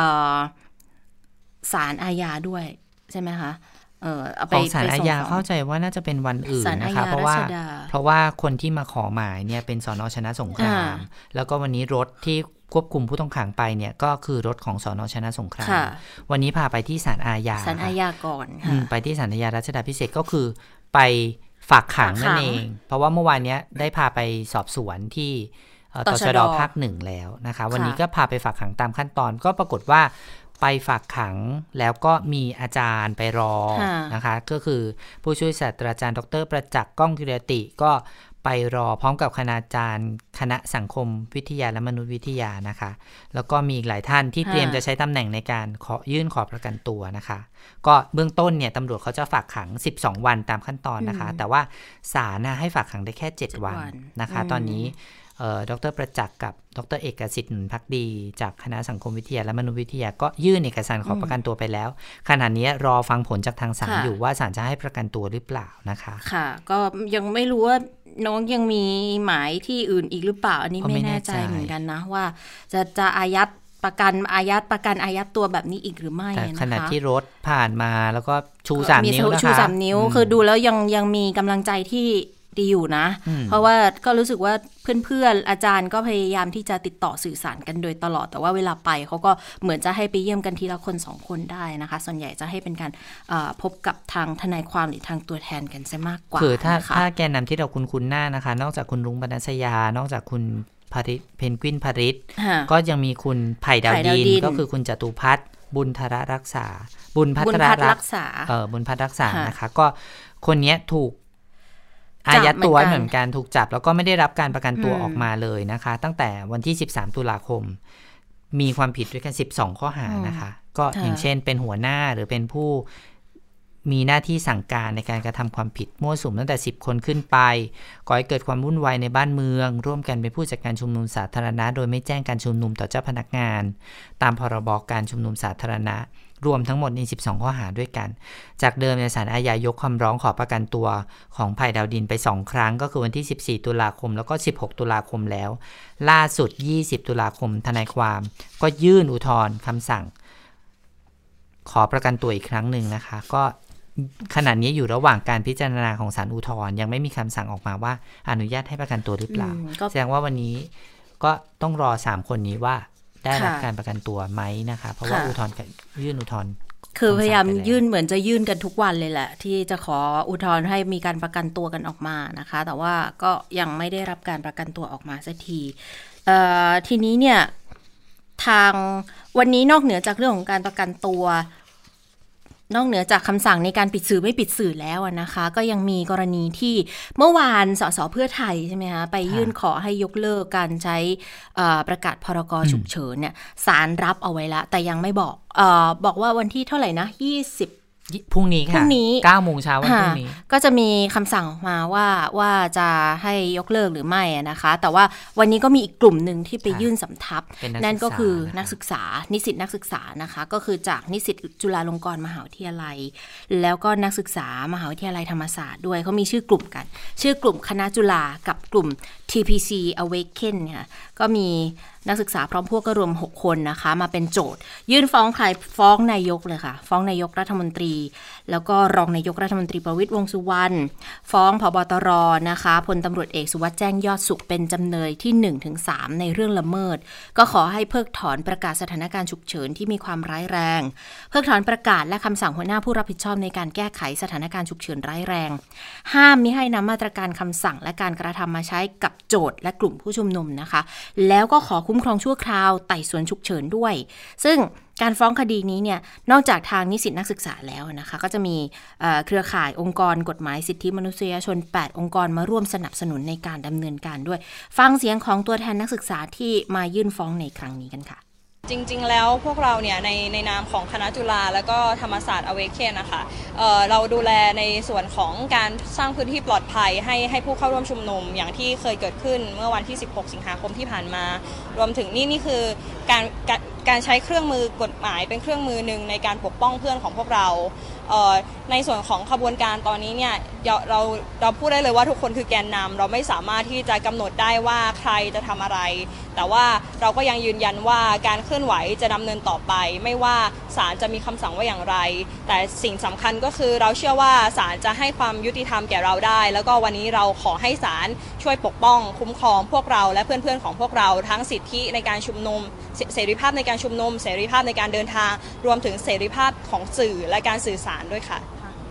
ศาลอาญาด้วยใช่ไหมคะของศาลอาญาเข้าใจว่าน่าจะเป็นวันอื่นนะคะเพราะว่าเพราะว่าคนที่มาขอหมายเนี่ยเป็นสน.ชนะสงครามแล้วก็วันนี้รถที่ควบคุมผู้ต้องขังไปเนี่ยก็คือรถของสน.ชนะสงครามวันนี้พาไปที่ศาลอาญาศาลอาญาก่อนไปที่ศาลอาญารัชดาภิเษกก็คือไปฝากขังนั่นเองเพราะว่าเมื่อวานนี้ได้พาไปสอบสวนที่ตชด.ภาคหนึ่งแล้วนะคะวันนี้ก็พาไปฝากขังตามขั้นตอนก็ปรากฏว่าไปฝากขังแล้วก็มีอาจารย์ไปรอนะคะก็คือผู้ช่วยศาสตราจารย์ดรประจักษ์ก้องกิรติก็ไปรอพร้อมกับคณาจารย์คณะสังคมวิทยาและมนุษยวิทยานะคะแล้วก็มีอีกหลายท่านที่เตรียมจะใช้ตำแหน่งในการขอยื่นขอประกันตัวนะคะก็เบื้องต้นเนี่ยตำรวจเขาจะฝากขังสิบสองวันตามขั้นตอนนะคะแต่ว่าศาลนะให้ฝากขังได้แค่เจ็ดวันนะคะตอนนี้ดรประจักษ์กับดรเอกสิทธิ์หนุนภักดีจากคณะสังคมวิทยาและมนุษยวิทยาก็ยื่นเอกสารขอประกันตัวไปแล้วขณะนี้รอฟังผลจากทางศาลอยู่ว่าศาลจะให้ประกันตัวหรือเปล่านะคะค่ะก็ยังไม่รู้ว่าน้องยังมีหมายที่อื่นอีกหรือเปล่าอันนี้ไม่แน่ใจเหมือนกันนะว่าจะจะอายัดประกันอายัดประกันอายัดตัวแบบนี้อีกหรือไม่แต่นะคะขณะที่รถผ่านมาแล้วก็ชูสามนิ้วนะคะชูสามนิ้วคือดูแล้วยังยังมีกำลังใจที่ดีอยู่นะเพราะว่าก็รู้สึกว่าเพื่อนๆอาจารย์ก็พยายามที่จะติดต่อสื่อสารกันโดยตลอดแต่ว่าเวลาไปเขาก็เหมือนจะให้ไปเยี่ยมกันทีละคนสองคนได้นะคะส่วนใหญ่จะให้เป็นการพบกับทางทนายความหรือทางตัวแทนกันซะมากกว่าคือถ้าถ้าแกนนำที่เราคุ้นๆหน้านะคะนอกจากคุณรุ้งปนัสยานอกจากคุณพาริเพนกวินพาริศก็ยังมีคุณไผ่ดาวดินก็คือคุณจตุพัฒน์บุญธรรักษาบุญพัฒรรักษาเออบุญพัฒรรักษานะคะก็คนนี้ถูกอายัดตัวเหมือนกันถูกจับแล้วก็ไม่ได้รับการประกันตัวออกมาเลยนะคะตั้งแต่วันที่สิบสามตุลาคมมีความผิดด้วยกันสิบสองข้อหานะคะก็อย่างเช่นเป็นหัวหน้าหรือเป็นผู้มีหน้าที่สั่งการในการกระทำความผิดมั่วสุมตั้งแต่สิบคนขึ้นไปก่อให้เกิดความวุ่นวายในบ้านเมืองร่วมกันเป็นผู้จัดการชุมนุมสาธารณะโดยไม่แจ้งการชุมนุมต่อเจ้าพนักงานตามพรบการชุมนุมสาธารณะรวมทั้งหมดในสิบสองข้อหาด้วยกันจากเดิมในศาลอาญายกคำร้องขอประกันตัวของไผ่ดาวดินไปสองครั้งก็คือวันที่สิบสี่ตุลาคมแล้วก็สิบหกตุลาคมแล้วล่าสุดยี่สิบตุลาคมทนายความก็ยื่นอุทธรณ์คำสั่งขอประกันตัวอีกครั้งหนึ่งนะคะก็ขณะนี้อยู่ระหว่างการพิจารณาของศาลอุทธรณ์ยังไม่มีคำสั่งออกมาว่าอนุญาตให้ประกันตัวหรือเปล่าแสดงว่าวันนี้ก็ต้องรอสามคนนี้ว่าได้รับการประกันตัวไหมนะคะเพราะว่าอุทธรณ์ยื่นอุทธรณ์คือพยายามยื่นเหมือนจะยื่นกันทุกวันเลยแหละที่จะขออุทธรณ์ให้มีการประกันตัวกันออกมานะคะแต่ว่าก็ยังไม่ได้รับการประกันตัวออกมาสักทีทีนี้เนี่ยทางวันนี้นอกเหนือจากเรื่องของการประกันตัวนอกเหนือจากคำสั่งในการปิดสื่อไม่ปิดสื่อแล้วนะคะก็ยังมีกรณีที่เมื่อวานสสเพื่อไทยใช่ไหมคะไปยื่นขอให้ยกเลิกการใช้ประกาศพรกฉุกเฉินเนี่ยศาลรับเอาไว้ละแต่ยังไม่บอกเอ่อบอกว่าวันที่เท่าไหร่นะยี่สิบพรุ่งนี้ค่ะพรุ่งนี้เก้าโมงเช้าวันพรุ่งนี้ก็จะมีคำสั่งออกมาว่าว่าจะให้ยกเลิกหรือไม่นะคะแต่ว่าวันนี้ก็มีอีกกลุ่มหนึ่งที่ไปยื่นสำทับนั่นก็คือนักศึกษานิสิตนักศึกษานะคะก็คือจากนิสิตจุฬาลงกรณ์มหาวิทยาลัยแล้วก็นักศึกษามหาวิทยาลัยธรรมศาสตร์ด้วยเขามีชื่อกลุ่มกันชื่อกลุ่มคณะจุฬากับกลุ่ม ที พี ซี Awaken เนี่ยก็มีนักศึกษาพร้อมพวกก็รวมหกคนนะคะมาเป็นโจทย์ยื่นฟ้องใครฟ้องนายกเลยค่ะฟ้องนายกรัฐมนตรีแล้วก็รองนายกรัฐมนตรีประวิตรวงษ์สุวรรณฟ้องผบตรนะคะพลตำรวจเอกสุวัสดิ์แจ้งยอดสุขเป็นจำเลยที่ หนึ่งถึงสาม ในเรื่องละเมิดก็ขอให้เพิกถอนประกาศสถานการณ์ฉุกเฉินที่มีความร้ายแรงเพิกถอนประกาศและคำสั่งหัวหน้าผู้รับผิดชอบในการแก้ไขสถานการณ์ฉุกเฉินร้ายแรงห้ามมิให้นำมาตรการคำสั่งและการกระทำมาใช้กับโจทย์และกลุ่มผู้ชุมนุมนะคะแล้วก็ขอคุ้มครองชั่วคราวไต่สวนฉุกเฉินด้วยซึ่งการฟ้องคดีนี้เนี่ยนอกจากทางนิสิตนักศึกษาแล้วนะคะก็จะมีเครือข่ายองค์กรกฎหมายสิทธิมนุษยชนแปดองค์กรมาร่วมสนับสนุนในการดำเนินการด้วยฟังเสียงของตัวแทนนักศึกษาที่มายื่นฟ้องในครั้งนี้กันค่ะจริงๆแล้วพวกเราเนี่ยในในนามของคณะจุฬาแล้วก็ธรรมศาสตร์ Awaken นะคะเอ่อเราดูแลในส่วนของการสร้างพื้นที่ปลอดภัยให้ให้ผู้เข้าร่วมชุมนุมอย่างที่เคยเกิดขึ้นเมื่อวันที่สิบหกสิงหาคมที่ผ่านมารวมถึงนี่นี่คือการการการใช้เครื่องมือกฎหมายเป็นเครื่องมือหนึ่งในการปกป้องเพื่อนของพวกเราเอ่อในส่วนของขบวนการตอนนี้เนี่ยเราเราเราพูดได้เลยว่าทุกคนคือแกนนำเราไม่สามารถที่จะกำหนดได้ว่าใครจะทำอะไรแต่ว่าเราก็ยังยืนยันว่าการเคลื่อนไหวจะดำเนินต่อไปไม่ว่าศาลจะมีคำสั่งว่าอย่างไรแต่สิ่งสำคัญก็คือเราเชื่อว่าศาลจะให้ความยุติธรรมแก่เราได้แล้วก็วันนี้เราขอให้ศาลช่วยปกป้องคุ้มครองพวกเราและเพื่อนๆของพวกเราทั้งสิทธิในการชุมนุมเสรีภาพในการชุมนุมเสรีภาพในการเดินทางรวมถึงเสรีภาพของสื่อและการสื่อสารด้วยค่ะ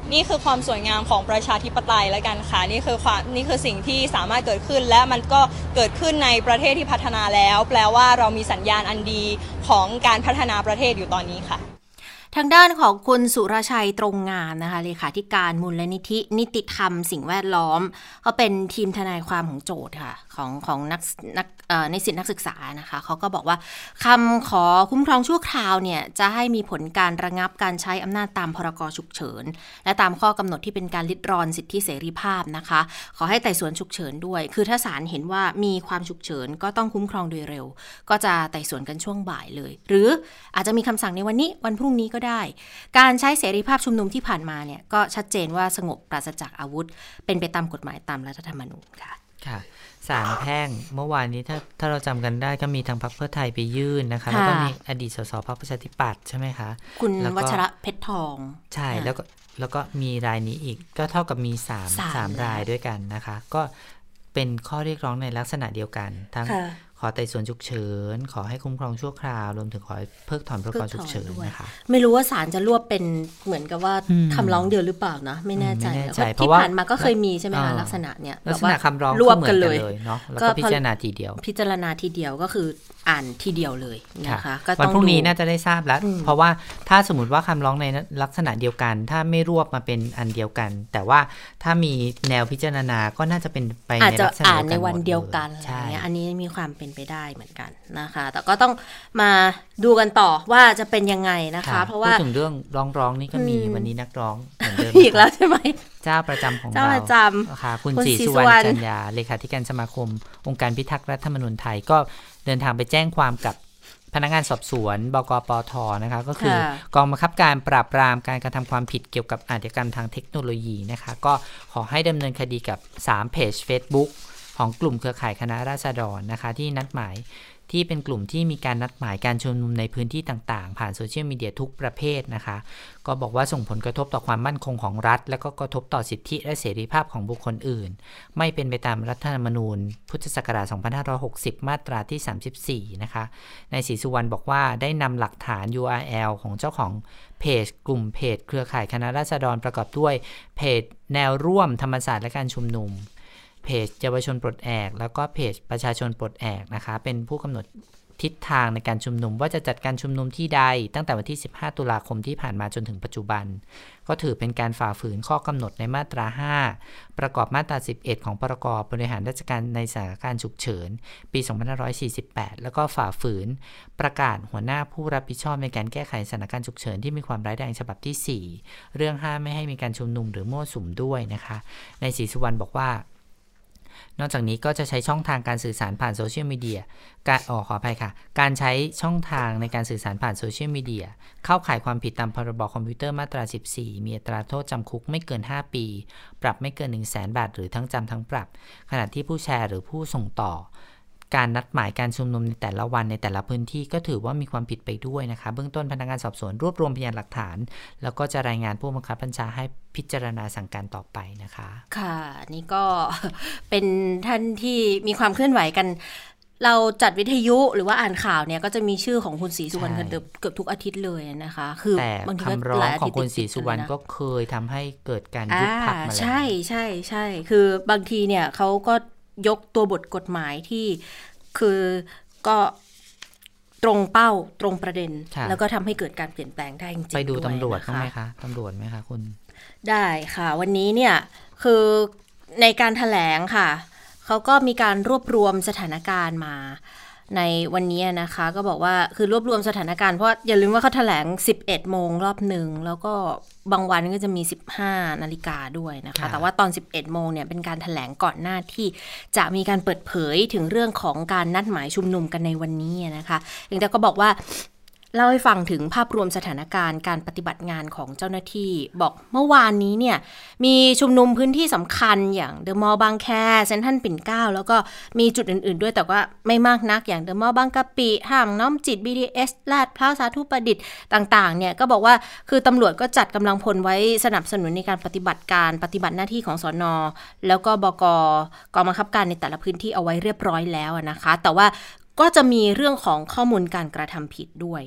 นี่คือความสวยงามของประชาธิปไตยแล้วกันค่ะนี่คือความนี่คือสิ่งที่สามารถเกิดขึ้นและมันก็เกิดขึ้นในประเทศที่พัฒนาแล้วแปลว่าเรามีสัญญาณอันดีของการพัฒนาประเทศอยู่ตอนนี้ค่ะทางด้านของคุณสุรชัยตรงงามนะคะเลขาธิการมูลนิธินิติธรรมสิ่งแวดล้อมเขาเป็นทีมทนายความของโจทย์ค่ะของของนักนักนิสิตนักศึกษานะคะเขาก็บอกว่าคำขอคุ้มครองชั่วคราวเนี่ยจะให้มีผลการระงับการใช้อำนาจตามพรกฉุกเฉินและตามข้อกำหนดที่เป็นการลิดรอนสิทธิเสรีภาพนะคะขอให้ไต่สวนฉุกเฉินด้วยคือถ้าศาลเห็นว่ามีความฉุกเฉินก็ต้องคุ้มครองโดยเร็วก็จะไต่สวนกันช่วงบ่ายเลยหรืออาจจะมีคำสั่งในวันนี้วันพรุ่งนี้ก็ได้การใช้เสรีภาพชุมนุมที่ผ่านมาเนี่ยก็ชัดเจนว่าสงบปราศจากอาวุธเป็นไปตามกฎหมายตามรัฐธรรมนูญค่ะค่ะศาลแพ่งเมื่อวานนี้ถ้าถ้าเราจำกันได้ก็มีทางพรรคเพื่อไทยไปยื่นนะคะแล้วก็มีอดีตสสพรรคประชาธิปัตย์ใช่ไหมคะคุณวัชระเพชรทองใช่แล้วก็แล้วก็มีรายนี้อีกก็เท่ากับมีสาม สามรายด้วยกันนะคะก็เป็นข้อเรียกร้องในลักษณะเดียวกันทั้งขอไต่สวนฉุกเฉินขอให้คุ้มครองชั่วคราวรวมถึงขอเพิกถอนพรกฉุกเฉินนะคะไม่รู้ว่าศาลจะรวบเป็นเหมือนกับว่าคำร้องเดียวหรือเปล่านะไม่แน่ใจเพราะที่ผ่านมาก็เคยมีใช่ไหมคะลักษณะเนี้ยลักษณะคำร้องรวบกันเลยเนาะแล้วก็พิจารณาทีเดียวพิจารณาทีเดียวก็คืออ่านทีเดียวเลยนะคะก็วันพรุ่งนี้น่าจะได้ทราบแล้วเพราะว่าถ้าสมมติว่าคำร้องในลักษณะเดียวกันถ้าไม่รวบมาเป็นอันเดียวกันแต่ว่าถ้ามีแนวพิจารณาก็น่าจะเป็นไปในลักษณะอ่านในวันเดียวกันอะไรเงี้ยอันนี้มีความเป็นไปได้เหมือนกันนะคะแต่ก็ต้องมาดูกันต่อว่าจะเป็นยังไงนะคะเพราะว่าพูดถึงเรื่องร้องร้องนี่ก็มีวันนี้นักร้องเหมือนเดิมอีกแล้วใช่ไหมเจ้าประจำของเราเจ้าประจำค่ะคุณศรีสุวรรณจันยาเลขาธิการสมาคมองค์การพิทักษ์รัฐธรรมนูญไทยก็เดินทางไปแจ้งความกับพนักงานสอบสวนบกปท.นะคะก็คือกองบังคับการปราบปรามการกระทำความผิดเกี่ยวกับอาชญากรรมทางเทคโนโลยีนะคะก็ขอให้ดำเนินคดีกับสามเพจ Facebook ของกลุ่มเครือข่ายคณะราษฎรนะคะที่นัดหมายที่เป็นกลุ่มที่มีการนัดหมายการชุมนุมในพื้นที่ต่างๆผ่านโซเชียลมีเดียทุกประเภทนะคะก็บอกว่าส่งผลกระทบต่อความมั่นคงของรัฐและก็กระทบต่อสิทธิและเสรีภาพของบุคคลอื่นไม่เป็นไปตามรัฐธรรมนูญพุทธศักราชสองพันห้าร้อยหกสิบมาตราที่สามสิบสี่นะคะนายศรีสุวรรณบอกว่าได้นำหลักฐาน ยู อาร์ แอล ของเจ้าของเพจกลุ่มเพจเครือข่ายคณะราษฎรประกอบด้วยเพจแนวร่วมธรรมศาสตร์และการชุมนุมเพจเยาวชนปลดแอกแล้วก็เพจประชาชนปลดแอกนะคะเป็นผู้กำหนดทิศทางในการชุมนุมว่าจะจัดการชุมนุมที่ใดตั้งแต่วันที่สิบห้าตุลาคมที่ผ่านมาจนถึงปัจจุบันก็ถือเป็นการฝ่าฝืนข้อกำหนดในมาตราห้าประกอบมาตราสิบเอ็ดของพรกบริหารราชการในสถานการณ์ฉุกเฉินปีสองพันห้าร้อยสี่สิบแปดแล้วก็ฝ่าฝืนประกาศหัวหน้าผู้รับผิดชอบในการแก้ไขสถานการณ์ฉุกเฉินที่มีความร้ายแรงฉบับที่สี่เรื่องห้ามไม่ให้มีการชุมนุมหรือมั่วสุมด้วยนะคะนายศรีสุวรรณบอกว่านอกจากนี้ก็จะใช้ช่องทางการสื่อสารผ่านโซเชียลมีเดียการอ๋อขออภัยค่ะการใช้ช่องทางในการสื่อสารผ่านโซเชียลมีเดียเข้าข่ายความผิดตามพรบคอมพิวเตอร์มาตราสิบสี่มีอัตราโทษจำคุกไม่เกินห้าปีปรับไม่เกิน หนึ่งแสน บาทหรือทั้งจำทั้งปรับขณะที่ผู้แชร์หรือผู้ส่งต่อการนัดหมายการชุมนุมในแต่ละวันในแต่ละพื้นที่ก็ถือว่ามีความผิดไปด้วยนะคะเบื้องต้นพนักงานสอบสวนรวบรวมพยานหลักฐานแล้วก็จะรายงานผู้บังคับบัญชาให้พิจารณาสั่งการต่อไปนะคะค่ะนี่ก็เป็นท่านที่มีความเคลื่อนไหวกันเราจัดวิทยุหรือว่าอ่านข่าวเนี่ยก็จะมีชื่อของคุณศรีสุวรรณกันเกือบทุกอาทิตย์เลยนะคะคือแต่คำร้องของคุณศรีสุวรรณก็เคยทำให้เกิดการยุบพรรคมาแล้วใช่ใช่ใช่คือบางทีเนี่ยเขาก็ยกตัวบทกฎหมายที่คือก็ตรงเป้าตรงประเด็นแล้วก็ทำให้เกิดการเปลี่ยนแปลงได้จริงๆไปดูตำรวจบ้างไหมคะตำรวจไหมคะคุณได้ค่ะวันนี้เนี่ยคือในการแถลงค่ะเขาก็มีการรวบรวมสถานการณ์มาในวันนี้นะคะก็บอกว่าคือรวบรวมสถานการณ์เพราะอย่าลืมว่าเขาแถลงสิบเอ็ดโมงรอบหนึ่งแล้วก็บางวันก็จะมีสิบห้านาฬิกาด้วยนะคะแต่ว่าตอนสิบเอ็ดโมงเนี่ยเป็นการแถลงก่อนหน้าที่จะมีการเปิดเผยถึงเรื่องของการนัดหมายชุมนุมกันในวันนี้นะคะอย่างแต่ก็บอกว่าเล่าให้ฟังถึงภาพรวมสถานการณ์การปฏิบัติงานของเจ้าหน้าที่บอกเมื่อวานนี้เนี่ยมีชุมนุมพื้นที่สำคัญอย่างเดอะมอลล์บางแคเซ็นทรัลปิ่นเกล้าแล้วก็มีจุดอื่นๆด้วยแต่ว่าไม่มากนักอย่างเดอะมอลล์บางกะปิห้างน้อมจิต บี ที เอส ลาดพร้าวสาธุประดิษฐ์ต่างๆเนี่ยก็บอกว่าคือตำรวจก็จัดกำลังพลไว้สนับสนุนในการปฏิบัติการปฏิบัติหน้าที่ของสน.แล้วก็บก.กองบังคับการในแต่ละพื้นที่เอาไว้เรียบร้อยแล้วนะคะแต่ว่าก็จะมีเรื่องของข้อมูลการกระทำผิดด้วย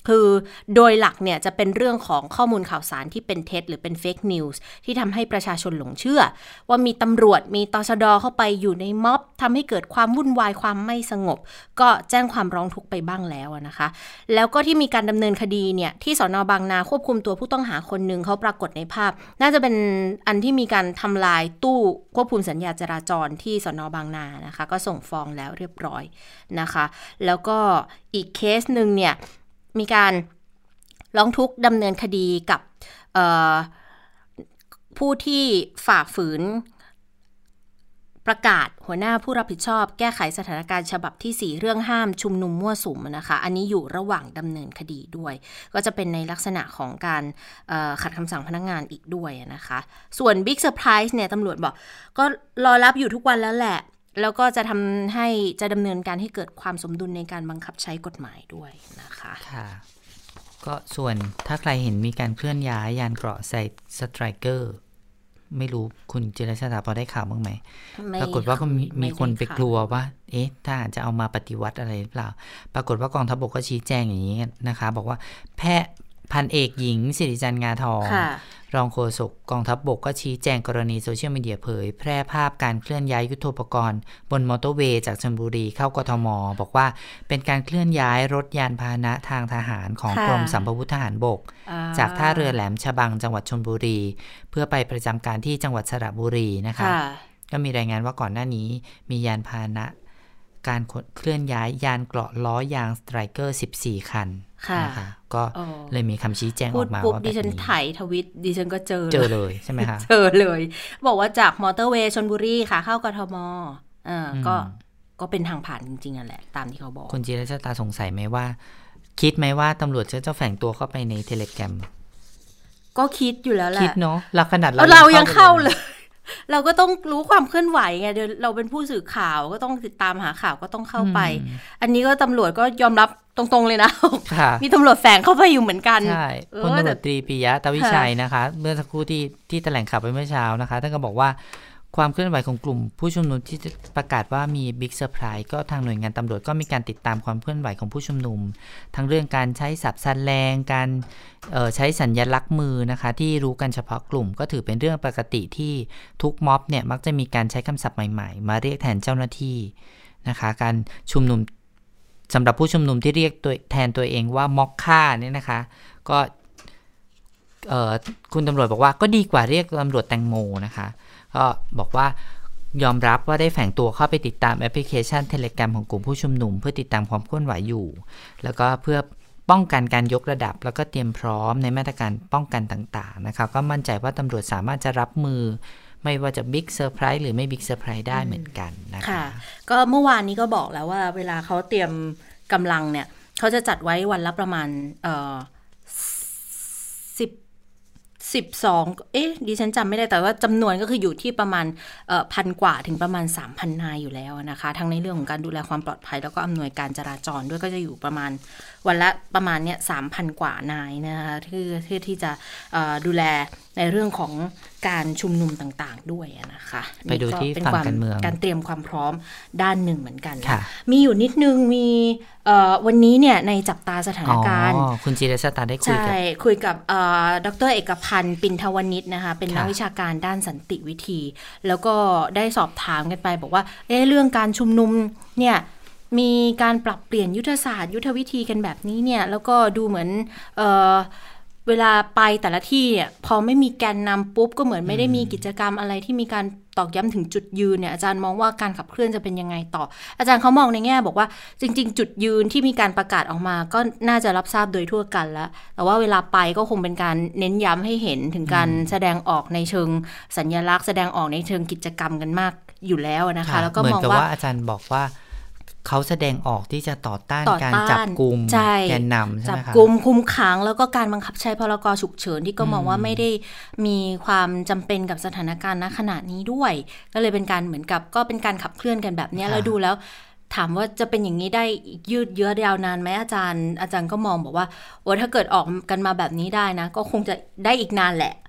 คือโดยหลักเนี่ยจะเป็นเรื่องของข้อมูลข่าวสารที่เป็นเท็จหรือเป็นเฟกนิวส์ที่ทำให้ประชาชนหลงเชื่อว่ามีตำรวจมีตชด.เข้าไปอยู่ในม็อบทำให้เกิดความวุ่นวายความไม่สงบก็แจ้งความร้องทุกข์ไปบ้างแล้วนะคะแล้วก็ที่มีการดำเนินคดีเนี่ยที่สน.บางนาควบคุมตัวผู้ต้องหาคนหนึ่งเขาปรากฏในภาพน่าจะเป็นอันที่มีการทำลายตู้ควบคุมสัญญาจราจรที่สน.บางนานะคะก็ส่งฟ้องแล้วเรียบร้อยนะคะแล้วก็อีกเคสหนึ่งเนี่ยมีการร้องทุกข์ดำเนินคดีกับผู้ที่ฝ่าฝืนประกาศหัวหน้าผู้รับผิดชอบแก้ไขสถานการณ์ฉบับที่สี่เรื่องห้ามชุมนุมมั่วสุมนะคะอันนี้อยู่ระหว่างดำเนินคดีด้วยก็จะเป็นในลักษณะของการขัดคำสั่งพนักงานอีกด้วยนะคะส่วน Big Surprise เนี่ยตำรวจบอกก็รอรับอยู่ทุกวันแล้วแหละแล้วก็จะทำให้จะดำเนินการให้เกิดความสมดุลในการบังคับใช้กฎหมายด้วยนะคะค่ะก็ส่วนถ้าใครเห็นมีการเคลื่อนย้ายยานเกราะใส่สไตรเกอร์ไม่รู้คุณจิรชาตาพอได้ข่าวบ้างไหมปรากฏว่าก็มีมีคนไปกลัวว่าเอ๊ะถ้าอาจจะเอามาปฏิวัติอะไรหรือเปล่าปรากฏว่ากองทัพบกก็ชี้แจงอย่างนี้นะคะบอกว่าแพทย์พันเอกหญิงสิริจันทร์งาทองรองโฆษกกองทัพบกก็ชี้แจงกรณีโซเชียลมีเดียเผยแพร่ภาพการเคลื่อนย้ายยุทโธปกรณ์บนมอเตอร์เวย์จากชลบุรีเข้ากทมบอกว่าเป็นการเคลื่อนย้ายรถยานพาหนะทางทหารของกรมสัมภวุธทหารบกจากท่าเรือแหลมฉบังจังหวัดชลบุรีเพื่อไปประจำการที่จังหวัดสระบุรีนะคะก็มีรายงานว่าก่อนหน้านี้มียานพาหนะการเคลื่อนย้ายยานเกราะล้อยางสไตรเกอร์สิบสี่คันนะคะก็เลยมีคำชี้แจงออกมาว่าแบบนี้ดิฉันถ่ายทวิตดิฉันก็เจอเจอเลยใช่ไหมคะเจอเลยบอกว่าจากมอเตอร์เวย์ชลบุรีค่ะเข้ากทมอ่าก็ก็เป็นทางผ่านจริงๆอ่ะแหละตามที่เขาบอกคุณจิรชาตาสงสัยไหมว่าคิดไหมว่าตำรวจจะแฝงตัวเข้าไปในเทเลแกรมก็คิดอยู่แล้วแหละคิดเนาะเราขนาดเราเรายังเข้าเลยเราก็ต้องรู้ความเคลื่อนไหวไงเดี๋ยวเราเป็นผู้สื่อข่าวก็ต้องติดตามหาข่าวก็ต้องเข้าไปอันนี้ก็ตำรวจก็ยอมรับตรงๆเลยนะมีตำรวจแฝงเข้าไปอยู่เหมือนกันใช่พลตำรวจตรีปิยะตวิชัยนะคะเมื่อสักครู่ที่ที่แถลงข่าวไปเมื่อเช้านะคะท่านก็บอกว่าความเคลื่อนไหวของกลุ่มผู้ชุมนุมที่ประกาศว่ามีบิ๊กเซอร์ไพรส์ก็ทางหน่วยงานตำรวจก็มีการติดตามความเคลื่อนไหวของผู้ชุมนุมทั้งเรื่องการใช้ศัพท์แสดงการใช้สัญลักษณ์มือนะคะที่รู้กันเฉพาะกลุ่มก็ถือเป็นเรื่องปกติที่ทุกม็อบเนี่ยมักจะมีการใช้คำศัพท์ใหม่ๆมาเรียกแทนเจ้าหน้าที่นะคะการชุมนุมสำหรับผู้ชุมนุมที่เรียกตัวแทนตัวเองว่าม็อกค่าเนี่ยนะคะก็คุณตำรวจบอกว่าก็ดีกว่าเรียกตำรวจแตงโมนะคะก็บอกว่ายอมรับว่าได้แฝงตัวเข้าไปติดตามแอปพลิเคชัน Telegram ของกลุ่มผู้ชุมนุมเพื่อติดตามความเคลื่อนไหวอยู่แล้วก็เพื่อป้องกันการยกระดับแล้วก็เตรียมพร้อมในมาตรการป้องกันต่างๆนะคะก็มั่นใจว่าตำรวจสามารถจะรับมือไม่ว่าจะบิ๊กเซอร์ไพรส์หรือไม่บิ๊กเซอร์ไพรส์ได้เหมือนกันนะคะก็เมื่อวานนี้ก็บอกแล้วว่าเวลาเขาเตรียมกำลังเนี่ยเขาจะจัดไว้วันละประมาณเอ่อสิบสิบสองเอ๊ะดิฉันจำไม่ได้แต่ว่าจำนวนก็คืออยู่ที่ประมาณเอ่อพันกว่าถึงประมาณ สามพัน นายอยู่แล้วนะคะทั้งในเรื่องของการดูแลความปลอดภัยแล้วก็อำนวยการจราจรด้วยก็จะอยู่ประมาณวันละประมาณเนี้ย สามพัน กว่านายนะคะที่ที่ที่จะเอ่อดูแลในเรื่องของการชุมนุมต่างๆด้วยนะคะไปดูที่ฝั่งการเมืองการเตรียมความพร้อมด้านหนึ่งเหมือนกันมีอยู่นิดนึงมีวันนี้เนี่ยในจับตาสถานการณ์คุณจิรชาตาได้คุยกับใช่คุยกับดร.เอกพันธ์ปินทวณิชนะคะเป็นนักวิชาการด้านสันติวิธีแล้วก็ได้สอบถามกันไปบอกว่าเอ๊ะเรื่องการชุมนุมเนี่ยมีการปรับเปลี่ยนยุทธศาสตร์ยุทธวิธีกันแบบนี้เนี่ยแล้วก็ดูเหมือนเอ่อเวลาไปแต่ละที่เนี่ยพอไม่มีแกนนำปุ๊บก็เหมือนไม่ได้มีกิจกรรมอะไรที่มีการตอกย้ำถึงจุดยืนเนี่ยอาจารย์มองว่าการขับเคลื่อนจะเป็นยังไงต่ออาจารย์เขามองในแง่บอกว่าจริงๆจุดยืนที่มีการประกาศออกมาก็น่าจะรับทราบโดยทั่วกันแล้วแต่ว่าเวลาไปก็คงเป็นการเน้นย้ำให้เห็นถึงการแสดงออกในเชิงสัญลักษณ์แสดงออกในเชิงกิจกรรมกันมากอยู่แล้วนะคะแล้วก็มองว่าอาจารย์บอกว่าเขาแสดงออกที่จะต่อต้านการจับกุมแกนนำใช่ไหมคะจับกุมคุมขังแล้วก็การบังคับใช้พรกฉุกเฉินที่ก็มองว่าไม่ได้มีความจำเป็นกับสถานการณ์ณขณะนี้ด้วยก็เลยเป็นการเหมือนกับก็เป็นการขับเคลื่อนกันแบบนี้แล้วดูแล้วถามว่าจะเป็นอย่างนี้ได้ยืดเยื้อยาวนานไหมอาจารย์อาจารย์ก็มองบอกว่าโอ้ถ้าเกิดออกกันมาแบบนี้ได้นะก็คงจะได้อีกนานแหละ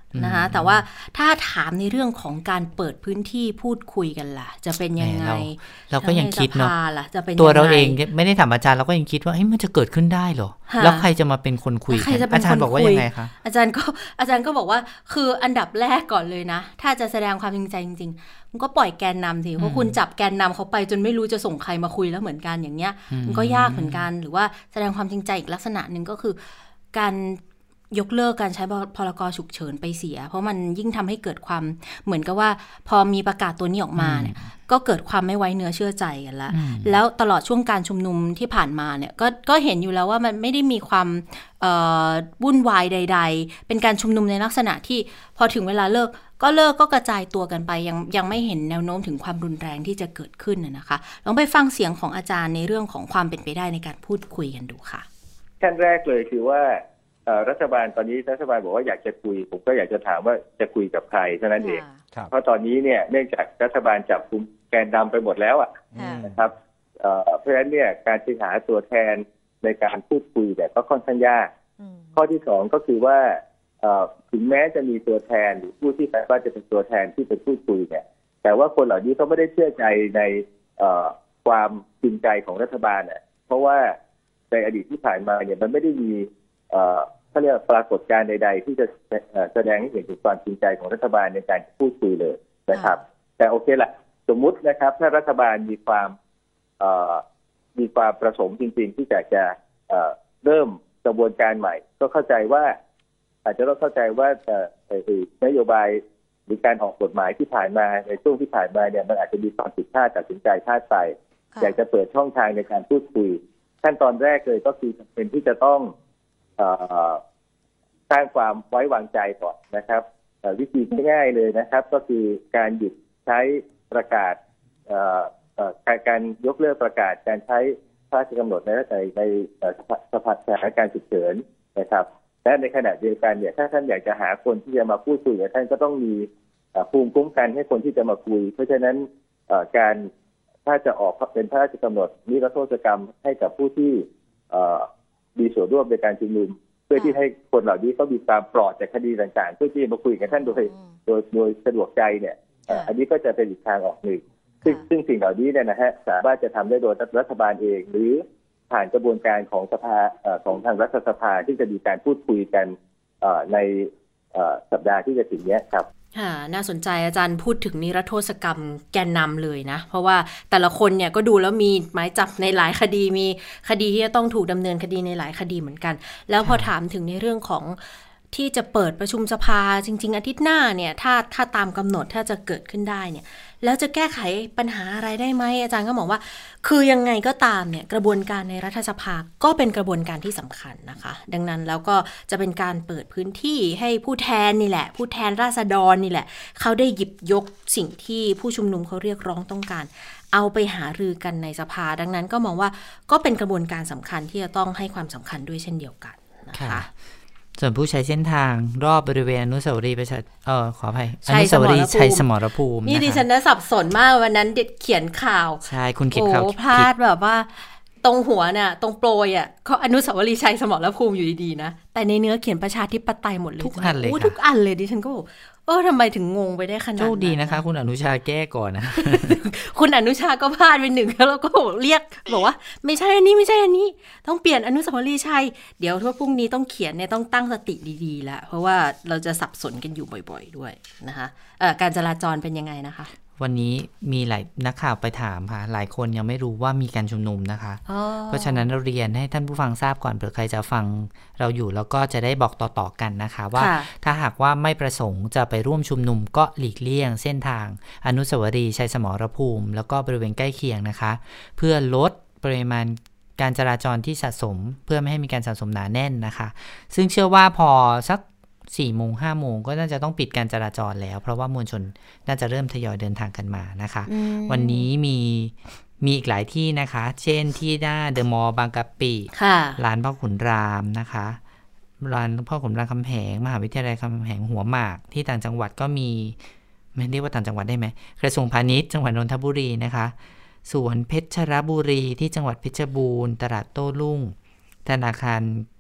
นะคะแต่ว่าถ้าถามในเรื่องของการเปิดพื้นที่พูดคุยกันล่ะจะเป็นยังไงเรา, เราก็ยังคิดเนาะตัวเราเองไม่ได้ถามอาจารย์เราก็ยังคิดว่าเฮ้ยมันจะเกิดขึ้นได้เหรอแล้วใครจะมาเป็นคนคุยกันอาจารย์บอกว่ายังไงคะอาจารย์ก็อาจารย์ก็บอกว่าคืออันดับแรกก่อนเลยนะถ้าจะแสดงความจริงใจจริงๆมันก็ปล่อยแกนนำสิเพราะคุณจับแกนนำเขาไปจนไม่รู้จะส่งใครมาคุยแล้วเหมือนกันอย่างเงี้ยมันก็ยากเหมือนกันหรือว่าแสดงความจริงใจอีกลักษณะหนึ่งก็คือการยกเลิกการใช้พรกฉุกเฉินไปเสียเพราะมันยิ่งทำให้เกิดความเหมือนกับว่าพอมีประกาศตัวนี้ออกมาเนี่ยก็เกิดความไม่ไว้เนื้อเชื่อใจกันแล้วแล้วตลอดช่วงการชุมนุมที่ผ่านมาเนี่ยก็ก็เห็นอยู่แล้วว่ามันไม่ได้มีความวุ่นวายใดๆเป็นการชุมนุมในลักษณะที่พอถึงเวลาเลิกก็เลิกก็กระจายตัวกันไปยังยังไม่เห็นแนวโน้มถึงความรุนแรงที่จะเกิดขึ้นนะคะลองไปฟังเสียงของอาจารย์ในเรื่องของความเป็นไปได้ในการพูดคุยกันดูค่ะขั้นแรกเลยคือว่ารัฐบาลตอนนี้รัฐบาลบอกว่าอยากจะคุยผมก็อยากจะถามว่าจะคุยกับใครเท่านั้นเองเพราะตอนนี้เนี่ยเนื่องจากรัฐบาลจับกุมแกนนำไปหมดแล้วอ่ะนะครับเพราะฉะนั้นเนี่ยการจะหาตัวแทนในการพูดคุยแบบก็ค่อนข้างยากข้อที่สองก็คือว่าถึงแม้จะมีตัวแทนหรือผู้ที่แปลว่าจะเป็นตัวแทนที่ไปพูดคุยเนี่ยแต่ว่าคนเหล่านี้เขาไม่ได้เชื่อใจในความจริงใจของรัฐบาลอ่ะเพราะว่าในอดีตที่ผ่านมาเนี่ยมันไม่ได้มีเขาเรียกปรากฏการณ์ใดๆที่จะแสดงให้เห็นถึงความจริงใจของรัฐบาลในการพูดคุยเลยนะครับแต่โอเคละสมมุตินะครับถ้ารัฐบาลมีความมีความประสงค์จริงๆที่จะจะเริ่มกระบวนการใหม่ก็เข้าใจว่าอาจจะต้องเข้าใจว่านโยบายหรือการออกกฎหมายที่ผ่านมาในช่วงที่ผ่านมาเนี่ยมันอาจจะมีความผิดพลาดตัดสินใจพลาดไปอยากจะเปิดช่องทางในการพูดคุยขั้นตอนแรกเลยก็คือจำเป็นที่จะต้องสร้างความไว้วางใจก่อนนะครับวิธีง่ายๆเลยนะครับก็คือการหยุดใช้ประกาศการยกเลิกประกาศการใช้พระราชกำหนดในในสภาสถานการณ์ฉุกเฉินนะครับและในขณะเดียวกันเนี่ยถ้าท่านอยากจะหาคนที่จะมาพูดคุยกับท่านก็ต้องมีภูมิคุ้มกันให้คนที่จะมาคุยเพราะฉะนั้นการถ้าจะออกเป็นพระราชกำหนดนิรโทษกรรมให้กับผู้ที่มีส่วนร่วมในการชุมนุมเพื่อที่ให้คนเหล่านี้เขามีความปลอดจากคดีต่างๆเพื่อที่มาคุยกับท่านโดยโดยโดยสะดวกใจเนี่ยอันนี้ก็จะเป็นอีกทางออกหนึ่งซึ่งซึ่งสิ่งเหล่านี้เนี่ยนะฮะสามารถจะทำได้โดยรัฐบาลเองหรือผ่านกระบวนการของสภาของทางรัฐสภาที่จะมีการพูดคุยกันในสัปดาห์ที่จะถึงนี้ครับค่ะน่าสนใจอาจารย์พูดถึงนิรโทษกรรมแกนนำเลยนะเพราะว่าแต่ละคนเนี่ยก็ดูแล้วมีหมายจับในหลายคดีมีคดีที่จะต้องถูกดำเนินคดีในหลายคดีเหมือนกันแล้วพอถามถึงในเรื่องของที่จะเปิดประชุมสภาจริงๆอาทิตย์หน้าเนี่ยถ้าถ้าตามกำหนดถ้าจะเกิดขึ้นได้เนี่ยแล้วจะแก้ไขปัญหาอะไรได้ไหมอาจารย์ก็บอกว่าคือยังไงก็ตามเนี่ยกระบวนการในรัฐสภาก็เป็นกระบวนการที่สำคัญนะคะดังนั้นแล้วก็จะเป็นการเปิดพื้นที่ให้ผู้แทนนี่แหละผู้แทนราษฎรนี่แหละเขาได้หยิบยกสิ่งที่ผู้ชุมนุมเขาเรียกร้องต้องการเอาไปหารือกันในสภาดังนั้นก็มองว่าก็เป็นกระบวนการสำคัญที่จะต้องให้ความสำคัญด้วยเช่นเดียวกันนะคะส่วนผู้ใช้เส้นทางรอบบริเวณอนุสาวรีย์ประชาเออขออภัยอนุสาวรีย์ชัยสมรภูมินี่ดิฉันน่ะสับสนมากวันนั้นเด็ดเขียนข่าวใช่คุณเขียนข่าวพลาดแบบว่าตรงหัวเนี่ยตรงโปรยอ่ะเขาอนุสาวรีย์ชัยสมรภูมิอยู่ดีๆนะแต่ในเนื้อเขียนประชาธิปไตยหมดเลยทุกอันเลยทุกอันเลยดิฉันก็บอกเออทำไมถึงงงไปได้ขนาดนั้นโชคดีนะคะคุณอนุชาแก้ก่อนนะคุณอนุชาก็พลาดไปหนึ่งแล้วก็เรียกบอกว่าไม่ใช่อันนี้ไม่ใช่อันนี้ต้องเปลี่ยนอนุสาวรีย์ชัยเดี๋ยวถ้าพรุ่งนี้ต้องเขียนเนี่ยต้องตั้งสติดีๆแล้วเพราะว่าเราจะสับสนกันอยู่บ่อยๆด้วยนะคะเอ่อการจราจรเป็นยังไงนะคะวันนี้มีหลายนักข่าวไปถามค่ะหลายคนยังไม่รู้ว่ามีการชุมนุมนะคะเพราะฉะนั้นเราเรียนให้ท่านผู้ฟังทราบก่อนเผื่อใครจะฟังเราอยู่แล้วก็จะได้บอกต่อๆกันนะคะว่าถ้าหากว่าไม่ประสงค์จะไปร่วมชุมนุมก็หลีกเลี่ยงเส้นทางอนุสาวรีย์ชัยสมรภูมิแล้วก็บริเวณใกล้เคียงนะคะเพื่อลดปริมาณการจราจรที่สะสมเพื่อไม่ให้มีการสะสมหนาแน่นนะคะซึ่งเชื่อว่าพอสักสี่โมงห้าโมงก็น่าจะต้องปิดการจราจรแล้วเพราะว่ามวลชนน่าจะเริ่มทยอยเดินทางกันมานะคะวันนี้มีมีอีกหลายที่นะคะเช่นที่หน้าเดอะมอลล์บางกะปิร้านพ่อขุนรามนะคะร้านพ่อขุนรามคำแหงมหาวิทยาลัยคำแหงหัวหมากที่ต่างจังหวัดก็มีไม่เรียกว่าต่างจังหวัดได้ไหมกระทรวงพาณิชย์จังหวัดนนทบุรีนะคะสวนเพชรบุรีที่จังหวัดเพชรบูรณ์ตลาดโต้รุ่งธนาคาร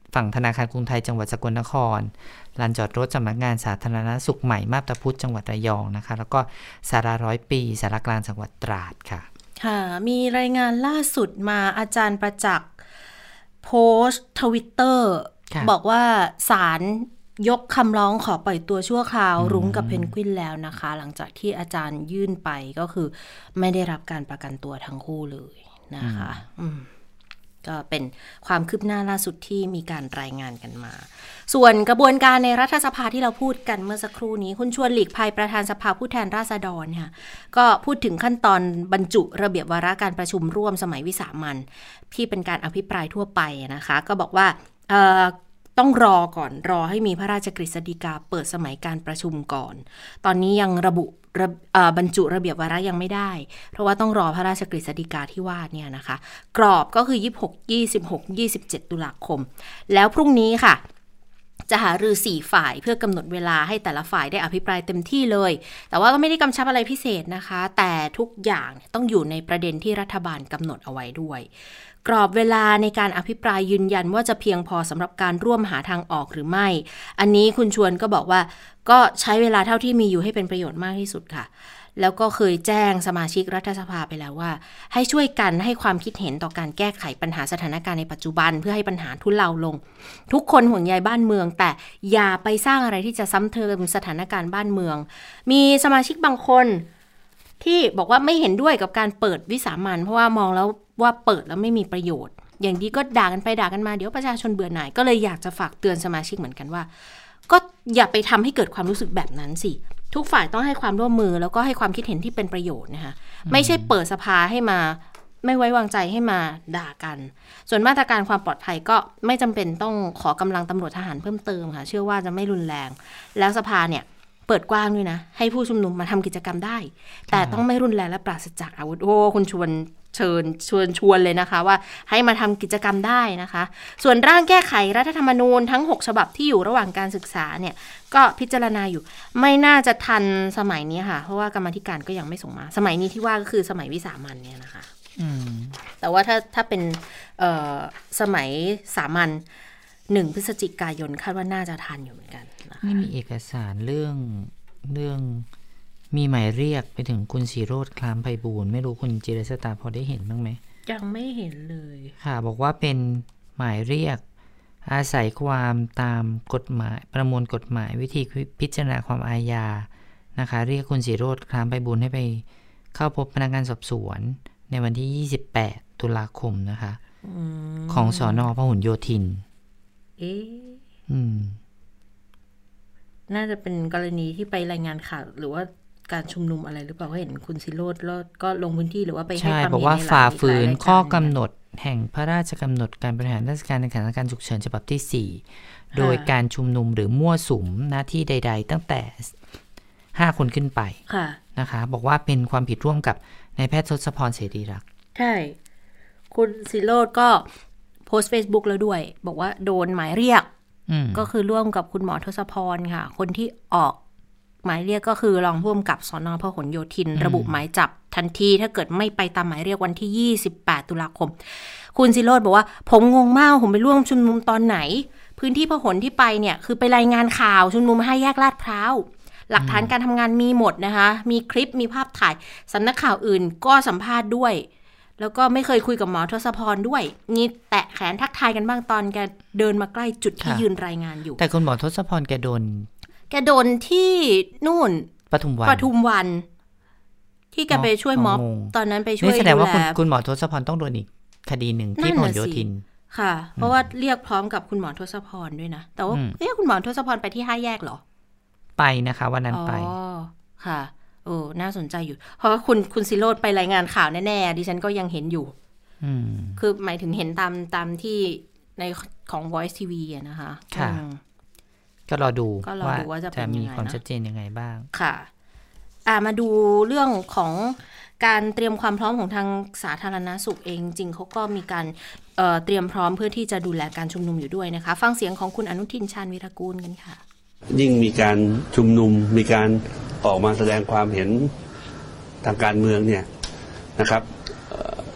ฝั่งธนาคารกรุงไทยจังหวัดสกลนครลานจอดรถสำนักงานสาธารณสุขใหม่มาบตาพุธจังหวัดระยองนะคะแล้วก็ศาลาร้อยปีสารกลางจังหวัดตราดค่ะค่ะมีรายงานล่าสุดมาอาจารย์ประจักษ์โพสต์ทวิตเตอร์บอกว่าศาลยกคำร้องขอปล่อยตัวชั่วคราวรุ้งกับเพนกวินแล้วนะคะหลังจากที่อาจารย์ยื่นไปก็คือไม่ได้รับการประกันตัวทั้งคู่เลยนะคะอืมก็เป็นความคืบหน้าล่าสุดที่มีการรายงานกันมาส่วนกระบวนการในรัฐสภาที่เราพูดกันเมื่อสักครู่นี้คุณชวนหลีกภัยประธานสภาผู้แทนราษฎรค่ะก็พูดถึงขั้นตอนบรรจุระเบียบวาระการประชุมร่วมสมัยวิสามัญที่เป็นการอภิปรายทั่วไปนะคะก็บอกว่าเอ่อต้องรอก่อนรอให้มีพระราชกฤษฎีกาเปิดสมัยการประชุมก่อนตอนนี้ยังระบุบรรจุระเบียบวาระยังไม่ได้เพราะว่าต้องรอพระราชกฤษฎีกาที่ว่าเนี่ยนะคะกรอบก็คือยี่สิบหก ยี่สิบหก ยี่สิบเจ็ดตุลาคมแล้วพรุ่งนี้ค่ะจะหารือสี่ฝ่ายเพื่อกำหนดเวลาให้แต่ละฝ่ายได้อภิปรายเต็มที่เลยแต่ว่าก็ไม่ได้กำชับอะไรพิเศษนะคะแต่ทุกอย่างต้องอยู่ในประเด็นที่รัฐบาลกำหนดเอาไว้ด้วยกรอบเวลาในการอภิปรายยืนยันว่าจะเพียงพอสำหรับการร่วมหาทางออกหรือไม่อันนี้คุณชวนก็บอกว่าก็ใช้เวลาเท่าที่มีอยู่ให้เป็นประโยชน์มากที่สุดค่ะแล้วก็เคยแจ้งสมาชิกรัฐสภาไปแล้วว่าให้ช่วยกันให้ความคิดเห็นต่อการแก้ไขปัญหาสถานการณ์ในปัจจุบันเพื่อให้ปัญหาทุเลาลงทุกคนห่วงใยบ้านเมืองแต่อย่าไปสร้างอะไรที่จะซ้ำเติมสถานการณ์บ้านเมืองมีสมาชิกบางคนที่บอกว่าไม่เห็นด้วยกับการเปิดวิสามัญเพราะว่ามองแล้วว่าเปิดแล้วไม่มีประโยชน์อย่างนี้ก็ด่ากันไปด่ากันมาเดี๋ยวประชาชนเบื่อหน่ายก็เลยอยากจะฝากเตือนสมาชิกเหมือนกันว่าก็อย่าไปทำให้เกิดความรู้สึกแบบนั้นสิทุกฝ่ายต้องให้ความร่วมมือแล้วก็ให้ความคิดเห็นที่เป็นประโยชน์นะคะไม่ใช่เปิดสภาให้มาไม่ไว้วางใจให้มาด่ากันส่วนมาตรการความปลอดภัยก็ไม่จำเป็นต้องขอกำลังตำรวจทหารเพิ่มเติมค่ะเชื่อว่าจะไม่รุนแรงแล้วสภาเนี่ยเปิดกว้างด้วยนะให้ผู้ชุมนุมมาทำกิจกรรมได้แต่ต้องไม่รุนแรงและปราศจากอาวุธโอ้คุณชวนเชิญชวนชวนเลยนะคะว่าให้มาทำกิจกรรมได้นะคะส่วนร่างแก้ไขรัฐธรรมนูญทั้งหกฉบับที่อยู่ระหว่างการศึกษาเนี่ยก็พิจารณาอยู่ไม่น่าจะทันสมัยนี้ค่ะเพราะว่ากรรมาธิการก็ยังไม่ส่งมาสมัยนี้ที่ว่าก็คือสมัยวิสามัญเนี่ยนะคะแต่ว่าถ้าถ้าเป็นสมัยสามัญหนึ่งพฤศจิกายนคาดว่าน่าจะทันอยู่เหมือนกันนี่มีเอกสารเรื่องเรื่องมีหมายเรียกไปถึงคุณศิโรจน์คล้ามไพบูลย์ไม่รู้คุณจิรสตาพอได้เห็นบ้างไหมยังไม่เห็นเลยค่ะบอกว่าเป็นหมายเรียกอาศัยความตามกฎหมายประมวลกฎหมายวิธีพิจารณาความอาญานะคะเรียกคุณศิโรจน์คล้ามไพบูลย์ให้ไปเข้าพบพนักงานสอบสวนในวันที่ยี่สิบแปดตุลาคมนะคะของสน.พหลโยธินเอ๊ะอืมน่าจะเป็นกรณีที่ไปรายงานข่าวหรือว่าการชุมนุมอะไรหรือเปล่าเห็นคุณศิโรจน์แล้วก็ลงพื้นที่หรือว่าไปให้ความเห็นในหลายใช่บอกว่าฝ่าฝืนข้อกำหนดแห่งพระราชกำหนดการบริหารราชการในสถานการณ์ฉุกเฉินฉบับที่สี่โดยการชุมนุมหรือมั่วสุมหน้าที่ใดๆตั้งแต่ห้าคนขึ้นไปนะคะบอกว่าเป็นความผิดร่วมกับนายแพทย์ทศพรเสรีรักษ์ใช่คุณศิโรจน์ก็โพสต์ Facebook แล้วด้วยบอกว่าโดนหมายเรียกก็คือร่วมกับคุณหมอทศพรค่ะคนที่ออกหมายเรียกก็คือรองผู้กำกับสน.พหลโยธินระบุหมายจับทันทีถ้าเกิดไม่ไปตามหมายเรียกวันที่ยี่สิบแปดตุลาคมคุณศิโรจน์บอกว่าผมงงมากผมไปร่วมชุมนุมตอนไหนพื้นที่พหลที่ไปเนี่ยคือไปรายงานข่าวชุมนุมห้าแยกลาดพร้าวหลักฐานการทำงานมีหมดนะคะมีคลิปมีภาพถ่ายสำนักข่าวอื่นก็สัมภาษณ์ด้วยแล้วก็ไม่เคยคุยกับหมอทศพรด้วยนี่แตะแขนทักทายกันบ้างตอนแกเดินมาใกล้จุดที่ยืนรายงานอยู่แต่คุณหมอทศพรแกโดนแกโดนที่นู่นปทุมวันปทุมวันที่แกไปช่วยม็อบตอนนั้นไปช่วยนี่แสดงว่าคุณคุณหมอทศพรต้องโดนอีกคดีหนึ่งที่พหลโยธินค่ะเพราะว่าเรียกพร้อมกับคุณหมอทศพรด้วยนะแต่ว่าเอ๊ะคุณหมอทศพรไปที่ห้าแยกเหรอไปนะคะวันนั้นไปอ๋อค่ะโอ้น่าสนใจอยู่เพราะว่าคุณคุณศิโรจน์ไปรายงานข่าวแน่ๆดิฉันก็ยังเห็นอยู่คือหมายถึงเห็นตามตามที่ในของ Voice ที วี อ่ะนะคะค่ะก็รอดูว่าจะมีความชัดเจนยังไงบ้างค่ะอ่ามาดูเรื่องของการเตรียมความพร้อมของทางสาธารณสุขเองจริงเขาก็มีการเอ่อเตรียมพร้อมเพื่อที่จะดูแลการชุมนุมอยู่ด้วยนะคะฟังเสียงของคุณอนุทินชาญวีรกูลกันค่ะยิ่งมีการชุมนุมมีการออกมาแสดงความเห็นทางการเมืองเนี่ยนะครับ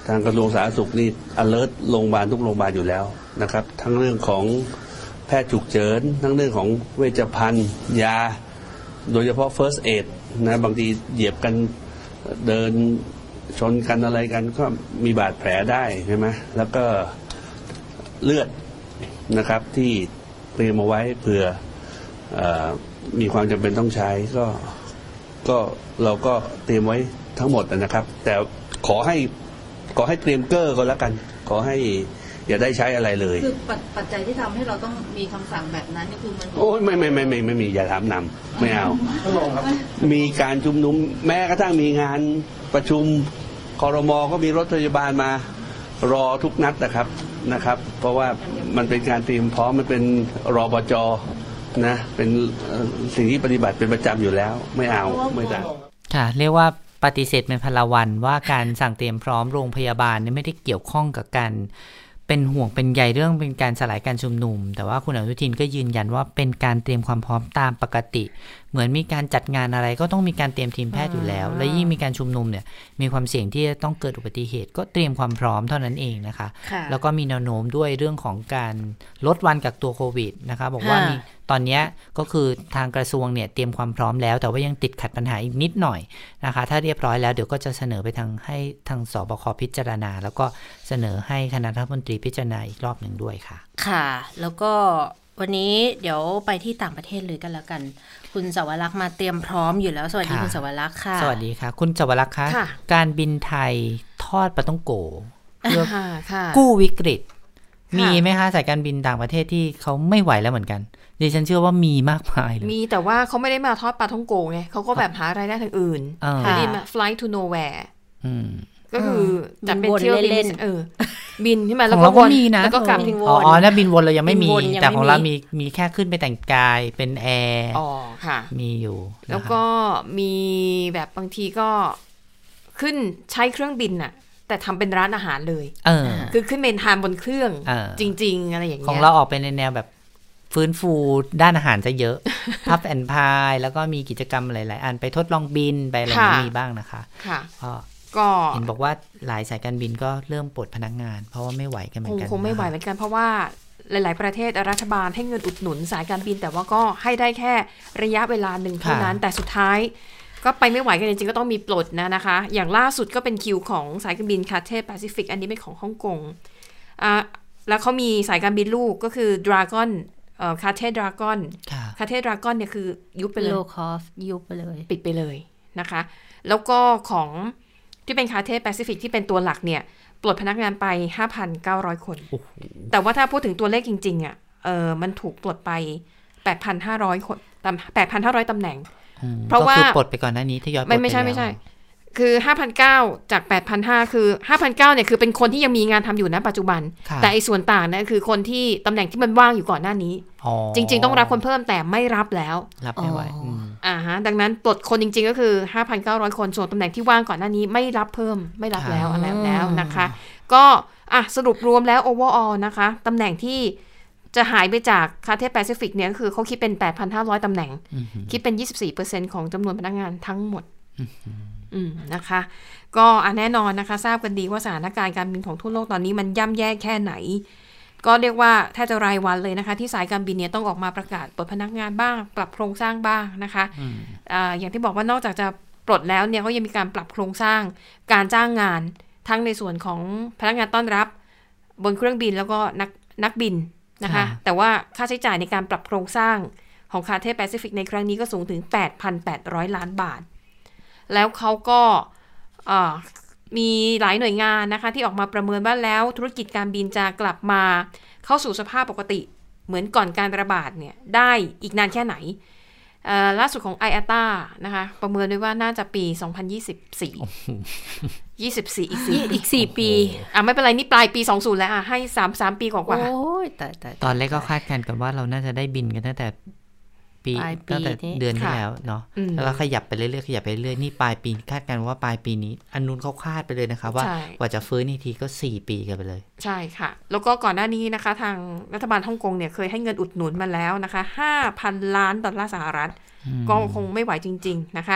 ทางกระทรวงสาธารณสุขนี่ alert โรงพยาบาลทุกโรงพยาบาลอยู่แล้วนะครับทั้งเรื่องของแพทย์ฉุกเฉินทั้งเรื่องของเวชภัณฑ์ยาโดยเฉพาะ first aid นะบางทีเหยียบกันเดินชนกันอะไรกันก็มีบาดแผลได้ใช่ไหมแล้วก็เลือดนะครับที่เตรียมเอาไว้เผื่อเอ่อมีความจำเป็นต้องใช้ก็ก็เราก็เตรียมไว้ทั้งหมดนะครับแต่ขอให้ขอให้เตรียมเกอร์ก็แล้วกันขอให้อย่าได้ใช้อะไรเลยคือปัจจัยที่ทำให้เราต้องมีคำสั่งแบบนั้นนี่คือมันโอ้ยไม่ไม่ไม่ไม่ไม่มีอย่าถามนำไม่เอามีการชุมนุมแม้กระทั่งมีงานประชุมครม.ก็มีรถพยาบาลมารอทุกนัดนะครับนะครับเพราะว่ามันเป็นการเตรียมพร้อมมันเป็นรปจ.นะเป็นสิ่งที่ปฏิบัติเป็นประจำอยู่แล้วไม่เอาไม่ได้ค่ะเรียกว่าปฏิเสธเป็นพลวันว่าการสั่งเตรียมพร้อมโรงพยาบาลนี่ไม่ได้เกี่ยวข้องกับการเป็นห่วงเป็นใยเรื่องเป็นการสลายการชุมนุมแต่ว่าคุณอนุทินก็ยืนยันว่าเป็นการเตรียมความพร้อมตามปกติเหมือนมีการจัดงานอะไรก็ต้องมีการเตรียมทีมแพทย์อยู่แล้วและยิ่งมีการชุมนุมเนี่ยมีความเสี่ยงที่จะต้องเกิดอุบัติเหตุก็เตรียมความพร้อมเท่านั้นเองนะคะแล้วก็มีแนวโน้มด้วยเรื่องของการลดวันกักตัวโควิดนะคะบอกว่ามีตอนนี้ก็คือทางกระทรวงเนี่ยเตรียมความพร้อมแล้วแต่ว่ายังติดขัดปัญหาอีกนิดหน่อยนะคะถ้าเรียบร้อยแล้วเดี๋ยวก็จะเสนอไปทางให้ทางสบคพิจารณาแล้วก็เสนอให้คณะรัฐมนตรีพิจารณาอีกรอบหนึ่งด้วยค่ะค่ะแล้วก็วันนี้เดี๋ยวไปที่ต่างประเทศเลยกันแล้วกันคุณสวรักษ์มาเตรียมพร้อมอยู่แล้วสวัสดีคุณสวรักษ์ค่ะสวัสดีค่ะคุณสวรักษ์คะการบินไทยทอดปลาต้องโกเพื่อกู้วิกฤตมีไหมคะสายการบินต่างประเทศที่เขาไม่ไหวแล้วเหมือนกันดิฉันเชื่อว่ามีมากมายเลยมีแต่ว่าเขาไม่ได้มาทอดปลาท่องโกไงเขาก็แบบหารายได้ทางอื่นเขาดีมา flight to nowhere ก็คือจะเป็นเที่ยวบินเออบินที่มาแล้วก็วนแล้วก็กลับอ๋ออ๋อถ้าบินวนเรายังไม่มีแต่ของเรามีมีแค่ขึ้นไปแต่งกายเป็นแอร์อ๋อค่ะมีอยู่แล้วก็มีแบบบางทีก็ขึ้นใช้เครื่องบินน่ะแต่ทำเป็นร้านอาหารเลยเออคือขึ้นเมนทานบนเครื่องจริงๆอะไรอย่างเงี้ยของเราออกเป็นในแนวแบบฟื้นฟูด้านอาหารจะเยอะพับแอนพายแล้วก็มีกิจกรรมหลายๆอันไปทดลองบินไปอะไรมีบ้างนะคะค่ะก็เห็นบอกว่าหลายสายการบินก็เริ่มปลดพนักงานเพราะว่าไม่ไหวกันเหมือนกันคงไม่ไหวเหมือนกันเพราะว่าหลายๆประเทศรัฐบาลให้เงินอุดหนุนสายการบินแต่ว่าก็ให้ได้แค่ระยะเวลาหนึ่งเท่านั้นแต่สุดท้ายก็ไปไม่ไหวกันจริงๆก็ต้องมีปลดนะนะคะอย่างล่าสุดก็เป็นคิวของสายการบิน Cathay Pacific อันนี้เป็นของฮ่องกงอ่าแล้วเขามีสายการบินลูกก็คือ Dragon เอ่อ Cathay Dragon Cathay Dragon เนี่ยคือยุบไปเลย Low cost ยุบไปเลยปิดไปเลยนะคะแล้วก็ของที่เป็น Cathay Pacific ที่เป็นตัวหลักเนี่ยปลดพนักงานไป ห้าพันเก้าร้อย คนแต่ว่าถ้าพูดถึงตัวเลขจริงๆอ่ะเออมันถูกปลดไป แปดพันห้าร้อย คน แปดพันห้าร้อย ตำแหน่งเพราะว่าปลดไปก่อนหน้านี้ทยอยปลดไปแล้วไม่ใช่ไม่ใช่คือ ห้าพันเก้าร้อย จาก แปดพันห้าร้อย คือ ห้าพันเก้าร้อย เนี่ยคือเป็นคนที่ยังมีงานทำอยู่ณปัจจุบันแต่ไอ้ส่วนต่างเนี่ยคือคนที่ตำแหน่งที่มันว่างอยู่ก่อนหน้านี้จริงๆต้องรับคนเพิ่มแต่ไม่รับแล้วรับไม่ไหวอ่าฮะดังนั้นปลดคนจริงๆก็คือ ห้าพันเก้าร้อย คนส่วนตำแหน่งที่ว่างก่อนหน้านี้ไม่รับเพิ่มไม่รับแล้วอะไรแล้วนะคะก็อ่ะสรุปรวมแล้ว overall นะคะตำแหน่งที่จะหายไปจาก Cathay Pacific เนี่ยก็คือเขาคิดเป็น แปดพันห้าร้อย ตำแหน่งคิดเป็น ยี่สิบสี่เปอร์เซ็นต์ ของจำนวนพนักงานทั้งหมดอืมนะคะก็อ่ะแน่นอนนะคะทราบกันดีว่าสถานการณ์การบินของทั่วโลกตอนนี้มันย่ำแย่แค่ไหนก็เรียกว่าแทบจะรายวันเลยนะคะที่สายการบินเนี่ยต้องออกมาประกาศปลดพนักงานบ้างปรับโครงสร้างบ้างนะคะอ่าอย่างที่บอกว่านอกจากจะปลดแล้วเนี่ยก็ยังมีการปรับโครงสร้างการจ้างงานทั้งในส่วนของพนักงานต้อนรับบนเครื่องบินแล้วก็นักนักบินนะคะแต่ว่าค่าใช้จ่ายในการปรับโครงสร้างของ Cathay Pacific ในครั้งนี้ก็สูงถึง แปดพันแปดร้อย ล้านบาทแล้วเขาก็มีหลายหน่วยงานนะคะที่ออกมาประเมินว่าแล้วธุรกิจการบินจะกลับมาเข้าสู่สภาพปกติเหมือนก่อนการระบาดเนี่ยได้อีกนานแค่ไหนล่าสุดของ ไอ เอ ที เอ นะคะประเมินไว้ว่าน่าจะปีสองพันยี่สิบสี่ ยี่สิบสี่อีกสี่อีกสี่ปีอ่ะไม่เป็นไรนี่ปลายปีสองสิบแล้วอ่ะให้สาม สามปีกว่าๆโอ้ยแต่แต่ตอนแรกก็คาดการณ์กันว่าเราน่าจะได้บินกันตั้งแต่ปีตั้งแต่เดือนที่แล้วเนาะแล้วก็ขยับไปเรื่อยๆขยับไปเรื่อยๆนี่ปลายปีคาดกันว่าปลายปีนี้อันนู้นเขาคาดไปเลยนะคะว่ากว่าจะฟื้นอีกทีก็สี่ปีกันไปเลยใช่ค่ะแล้วก็ก่อนหน้านี้นะคะทางรัฐบาลฮ่องกงเนี่ยเคยให้เงินอุดหนุนมาแล้วนะคะ ห้าพัน ล้านดอลลาร์สหรัฐก็คงไม่ไหวจริงๆนะคะ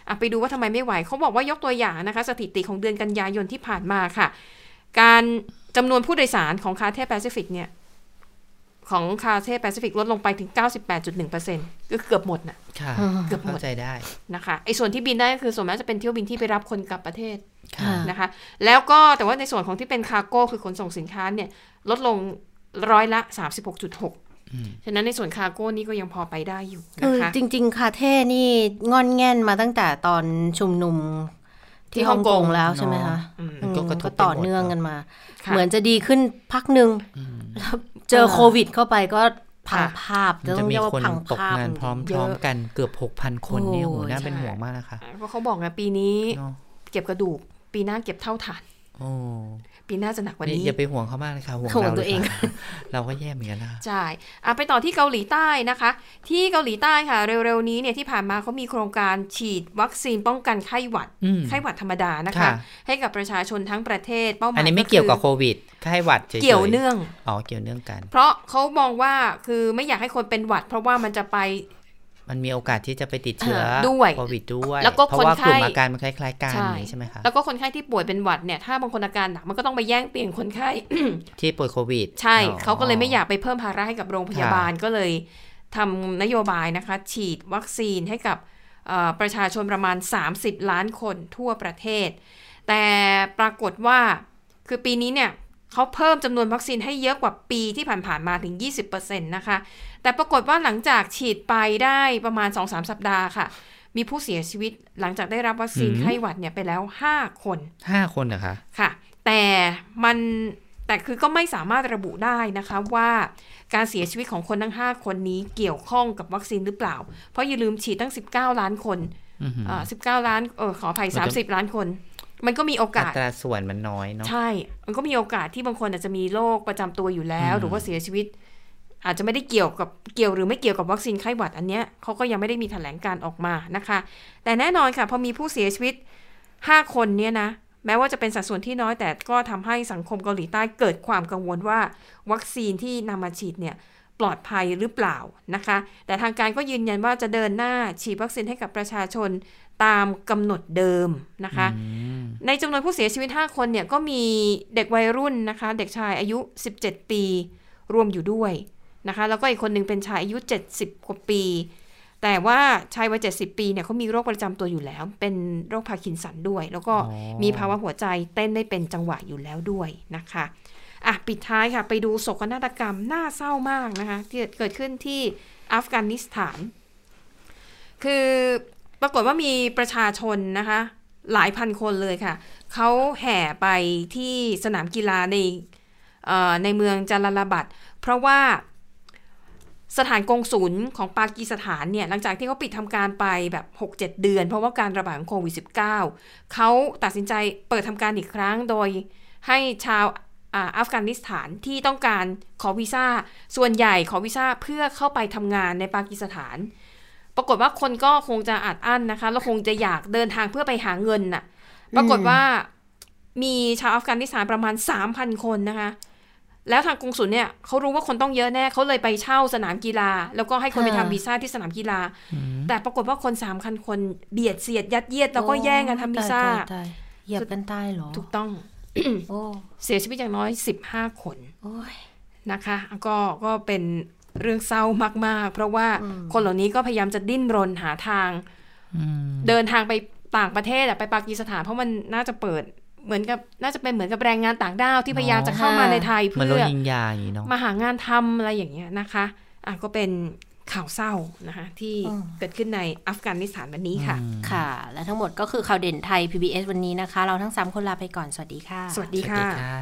อ่ะไปดูว่าทำไมไม่ไหวเขาบอกว่ายกตัวอย่างนะคะสถิติของเดือนกันยายนที่ผ่านมาค่ะการจำนวนผู้โดยสารของคาเท่แปซิฟิกเนี่ยของคาเท่แปซิฟิกลดลงไปถึง เก้าสิบแปดจุดหนึ่งเปอร์เซ็นต์ ก็เกือบหมดน่ะเกือบหมดเข้าใจได้นะคะไอ้ส่วนที่บินได้ก็คือส่วนมากจะเป็นเที่ยวบินที่ไปรับคนกลับประเทศนะคะแล้วก็แต่ว่าในส่วนของที่เป็นคาร์โก้คือขนส่งสินค้าเนี่ยลดลงร้อยละ สามสิบหกจุดหก ฉะนั้นในส่วนคาร์โก้นี่ก็ยังพอไปได้อยู่นะคะจริงๆคาเท่นี่งอนแง่นมาตั้งแต่ตอนชุมนุมที่ฮ่องกงแล้วใช่ไหมคะก็ต่อเนื่องกันมาเหมือนจะดีขึ้นพักหนึ่งเจอโควิดเข้าไปก็พังภาพจะมีคนตกงานพร้อมๆกันเกือบ หกพัน คนนี่โหน่าเป็นห่วงมากนะคะเพราะเขาบอกไงปีนี้เก็บกระดูกปีหน้าเก็บเท่าฐานปีหน้าจะหนักกว่านี้อย่าไปห่วงเขามากเลยค่ะห่วงเราตัวเองเราก็แย่เหมือนกันนะใช่อ่ะไปต่อที่เกาหลีใต้นะคะที่เกาหลีใต้ค่ะเร็วๆนี้เนี่ยที่ผ่านมาเขามีโครงการฉีดวัคซีนป้องกันไข้หวัดไข้หวัดธรรมดานะคะให้กับประชาชนทั้งประเทศเป้าหมายอันนี้ไม่เกี่ยวกับโควิดไข้หวัดเฉยๆเกี่ยวเนื่องอ๋อเกี่ยวเนื่องกันเพราะเขามองว่าคือไม่อยากให้คนเป็นหวัดเพราะว่ามันจะไปมันมีโอกาสที่จะไปติดเชื้อโควิดด้วยแล้วก็เพราะว่ากลุ่มอาการมันคล้ายๆกันใช่ไหมคะแล้วก็คนไข้ที่ป่วยเป็นหวัดเนี่ยถ้าบางคนอาการหนักมันก็ต้องไปแย่งเตียงคนไข้ที่ป่วยโควิดใช่เขาก็เลยไม่อยากไปเพิ่มภาระให้กับโรงพยาบาลก็เลยทำนโยบายนะคะฉีดวัคซีนให้กับประชาชนประมาณสามสิบล้านคนทั่วประเทศแต่ปรากฏว่าคือปีนี้เนี่ยเขาเพิ่มจำนวนวัคซีนให้เยอะกว่าปีที่ผ่านๆมาถึง ยี่สิบเปอร์เซ็นต์ นะคะแต่ปรากฏว่าหลังจากฉีดไปได้ประมาณ สองถึงสาม สัปดาห์ค่ะมีผู้เสียชีวิตหลังจากได้รับวัคซีนไข้หวัดเนี่ยไปแล้วห้าคนห้าคนเหรอคะค่ะแต่มันแต่คือก็ไม่สามารถระบุได้นะคะว่าการเสียชีวิตของคนทั้งห้าคนนี้เกี่ยวข้องกับวัคซีนหรือเปล่าเพราะอย่าลืมฉีดตั้งสิบเก้าล้านคนอ่าสิบเก้าล้านเออขออภัยสามสิบล้านคนมันก็มีโอกาสอัตราส่วนมันน้อยเนาะใช่มันก็มีโอกาสที่บางคนอาจจะมีโรคประจำตัวอยู่แล้วหรือว่าเสียชีวิตอาจจะไม่ได้เกี่ยวกับเกี่ยวหรือไม่เกี่ยวกับวัคซีนไข้หวัดอันเนี้ยเขาก็ยังไม่ได้มีแถลงการออกมานะคะแต่แน่นอนค่ะพอมีผู้เสียชีวิตห้าคนเนี่ยนะแม้ว่าจะเป็นสัดส่วนที่น้อยแต่ก็ทำให้สังคมเกาหลีใต้เกิดความกังวลว่าวัคซีนที่นำมาฉีดเนี่ยปลอดภัยหรือเปล่านะคะแต่ทางการก็ยืนยันว่าจะเดินหน้าฉีดวัคซีนให้กับประชาชนตามกำหนดเดิมนะคะในจำนวนผู้เสียชีวิตห้าคนเนี่ยก็มีเด็กวัยรุ่นนะคะเด็กชายอายุสิบเจ็ดปีรวมอยู่ด้วยนะคะแล้วก็อีกคนนึงเป็นชายอายุเจ็ดสิบกว่าปีแต่ว่าชายวัยเจ็ดสิบปีเนี่ยเขามีโรคประจำตัวอยู่แล้วเป็นโรคพาร์กินสันด้วยแล้วก็มีภาวะหัวใจเต้นไม่เป็นจังหวะอยู่แล้วด้วยนะคะอ่ะปิดท้ายค่ะไปดูโศกนาฏกรรมน่าเศร้ามากนะคะที่เกิดขึ้นที่อัฟกานิสถานคือปรากฏว่ามีประชาชนนะคะหลายพันคนเลยค่ะเขาแห่ไปที่สนามกีฬาในเอ่อในเมืองจาลาลาบัดเพราะว่าสถานกงสุลของปากีสถานเนี่ยหลังจากที่เขาปิดทำการไปแบบ หกเจ็ด เดือนเพราะว่าการระบาดของโควิด สิบเก้า เขาตัดสินใจเปิดทำการอีกครั้งโดยให้ชาวอัฟกานิสถานที่ต้องการขอวีซ่าส่วนใหญ่ขอวีซ่าเพื่อเข้าไปทำงานในปากีสถานปรากฏว่าคนก็คงจะอัดอั้นนะคะแล้วคงจะอยากเดินทางเพื่อไปหาเงินน่ะปรากฏว่ามีชาวอัฟกานิสถานประมาณ สามพัน คนนะคะแล้วทางกงสุลเนี่ยเขารู้ว่าคนต้องเยอะแน่เขาเลยไปเช่าสนามกีฬาแล้วก็ให้คนไปทำวีซ่าที่สนามกีฬาแต่ปรากฏว่าคน สามพัน คนเบียดเสียดยัดเยียดแล้วก็แย่งกันทำวีซ่าเหยียบกันตายเหรอถูกต้องเสียชีวิตอย่างน้อยสิบห้าคนนะคะก็ก็เป็นเรื่องเศร้ามากๆเพราะว่าคนเหล่านี้ก็พยายามจะดิ้นรนหาทางเดินทางไปต่างประเทศไปปากีสถานเพราะมันน่าจะเปิดเหมือนกับน่าจะเป็นเหมือนกับแรงงานต่างด้าวที่พยายามจะเข้ามาในไทยเพื่อมาหางานทำอะไรอย่างเงี้ยนะคะอ่ะก็เป็นข่าวเศร้านะคะที่เกิดขึ้นในอัฟกานิสถานวันนี้ค่ะค่ะและทั้งหมดก็คือข่าวเด่นไทย พี บี เอส วันนี้นะคะเราทั้งสามคนลาไปก่อนสวัสดีค่ะสวัสดีค่ะ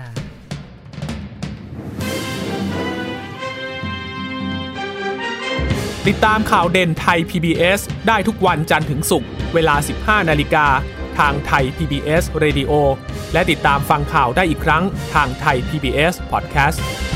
ติดตามข่าวเด่นไทย พี บี เอส ได้ทุกวันจันทร์ถึงศุกร์เวลา สิบห้านาฬิกาทางไทย พี บี เอส Radio และติดตามฟังข่าวได้อีกครั้งทางไทย พี บี เอส Podcast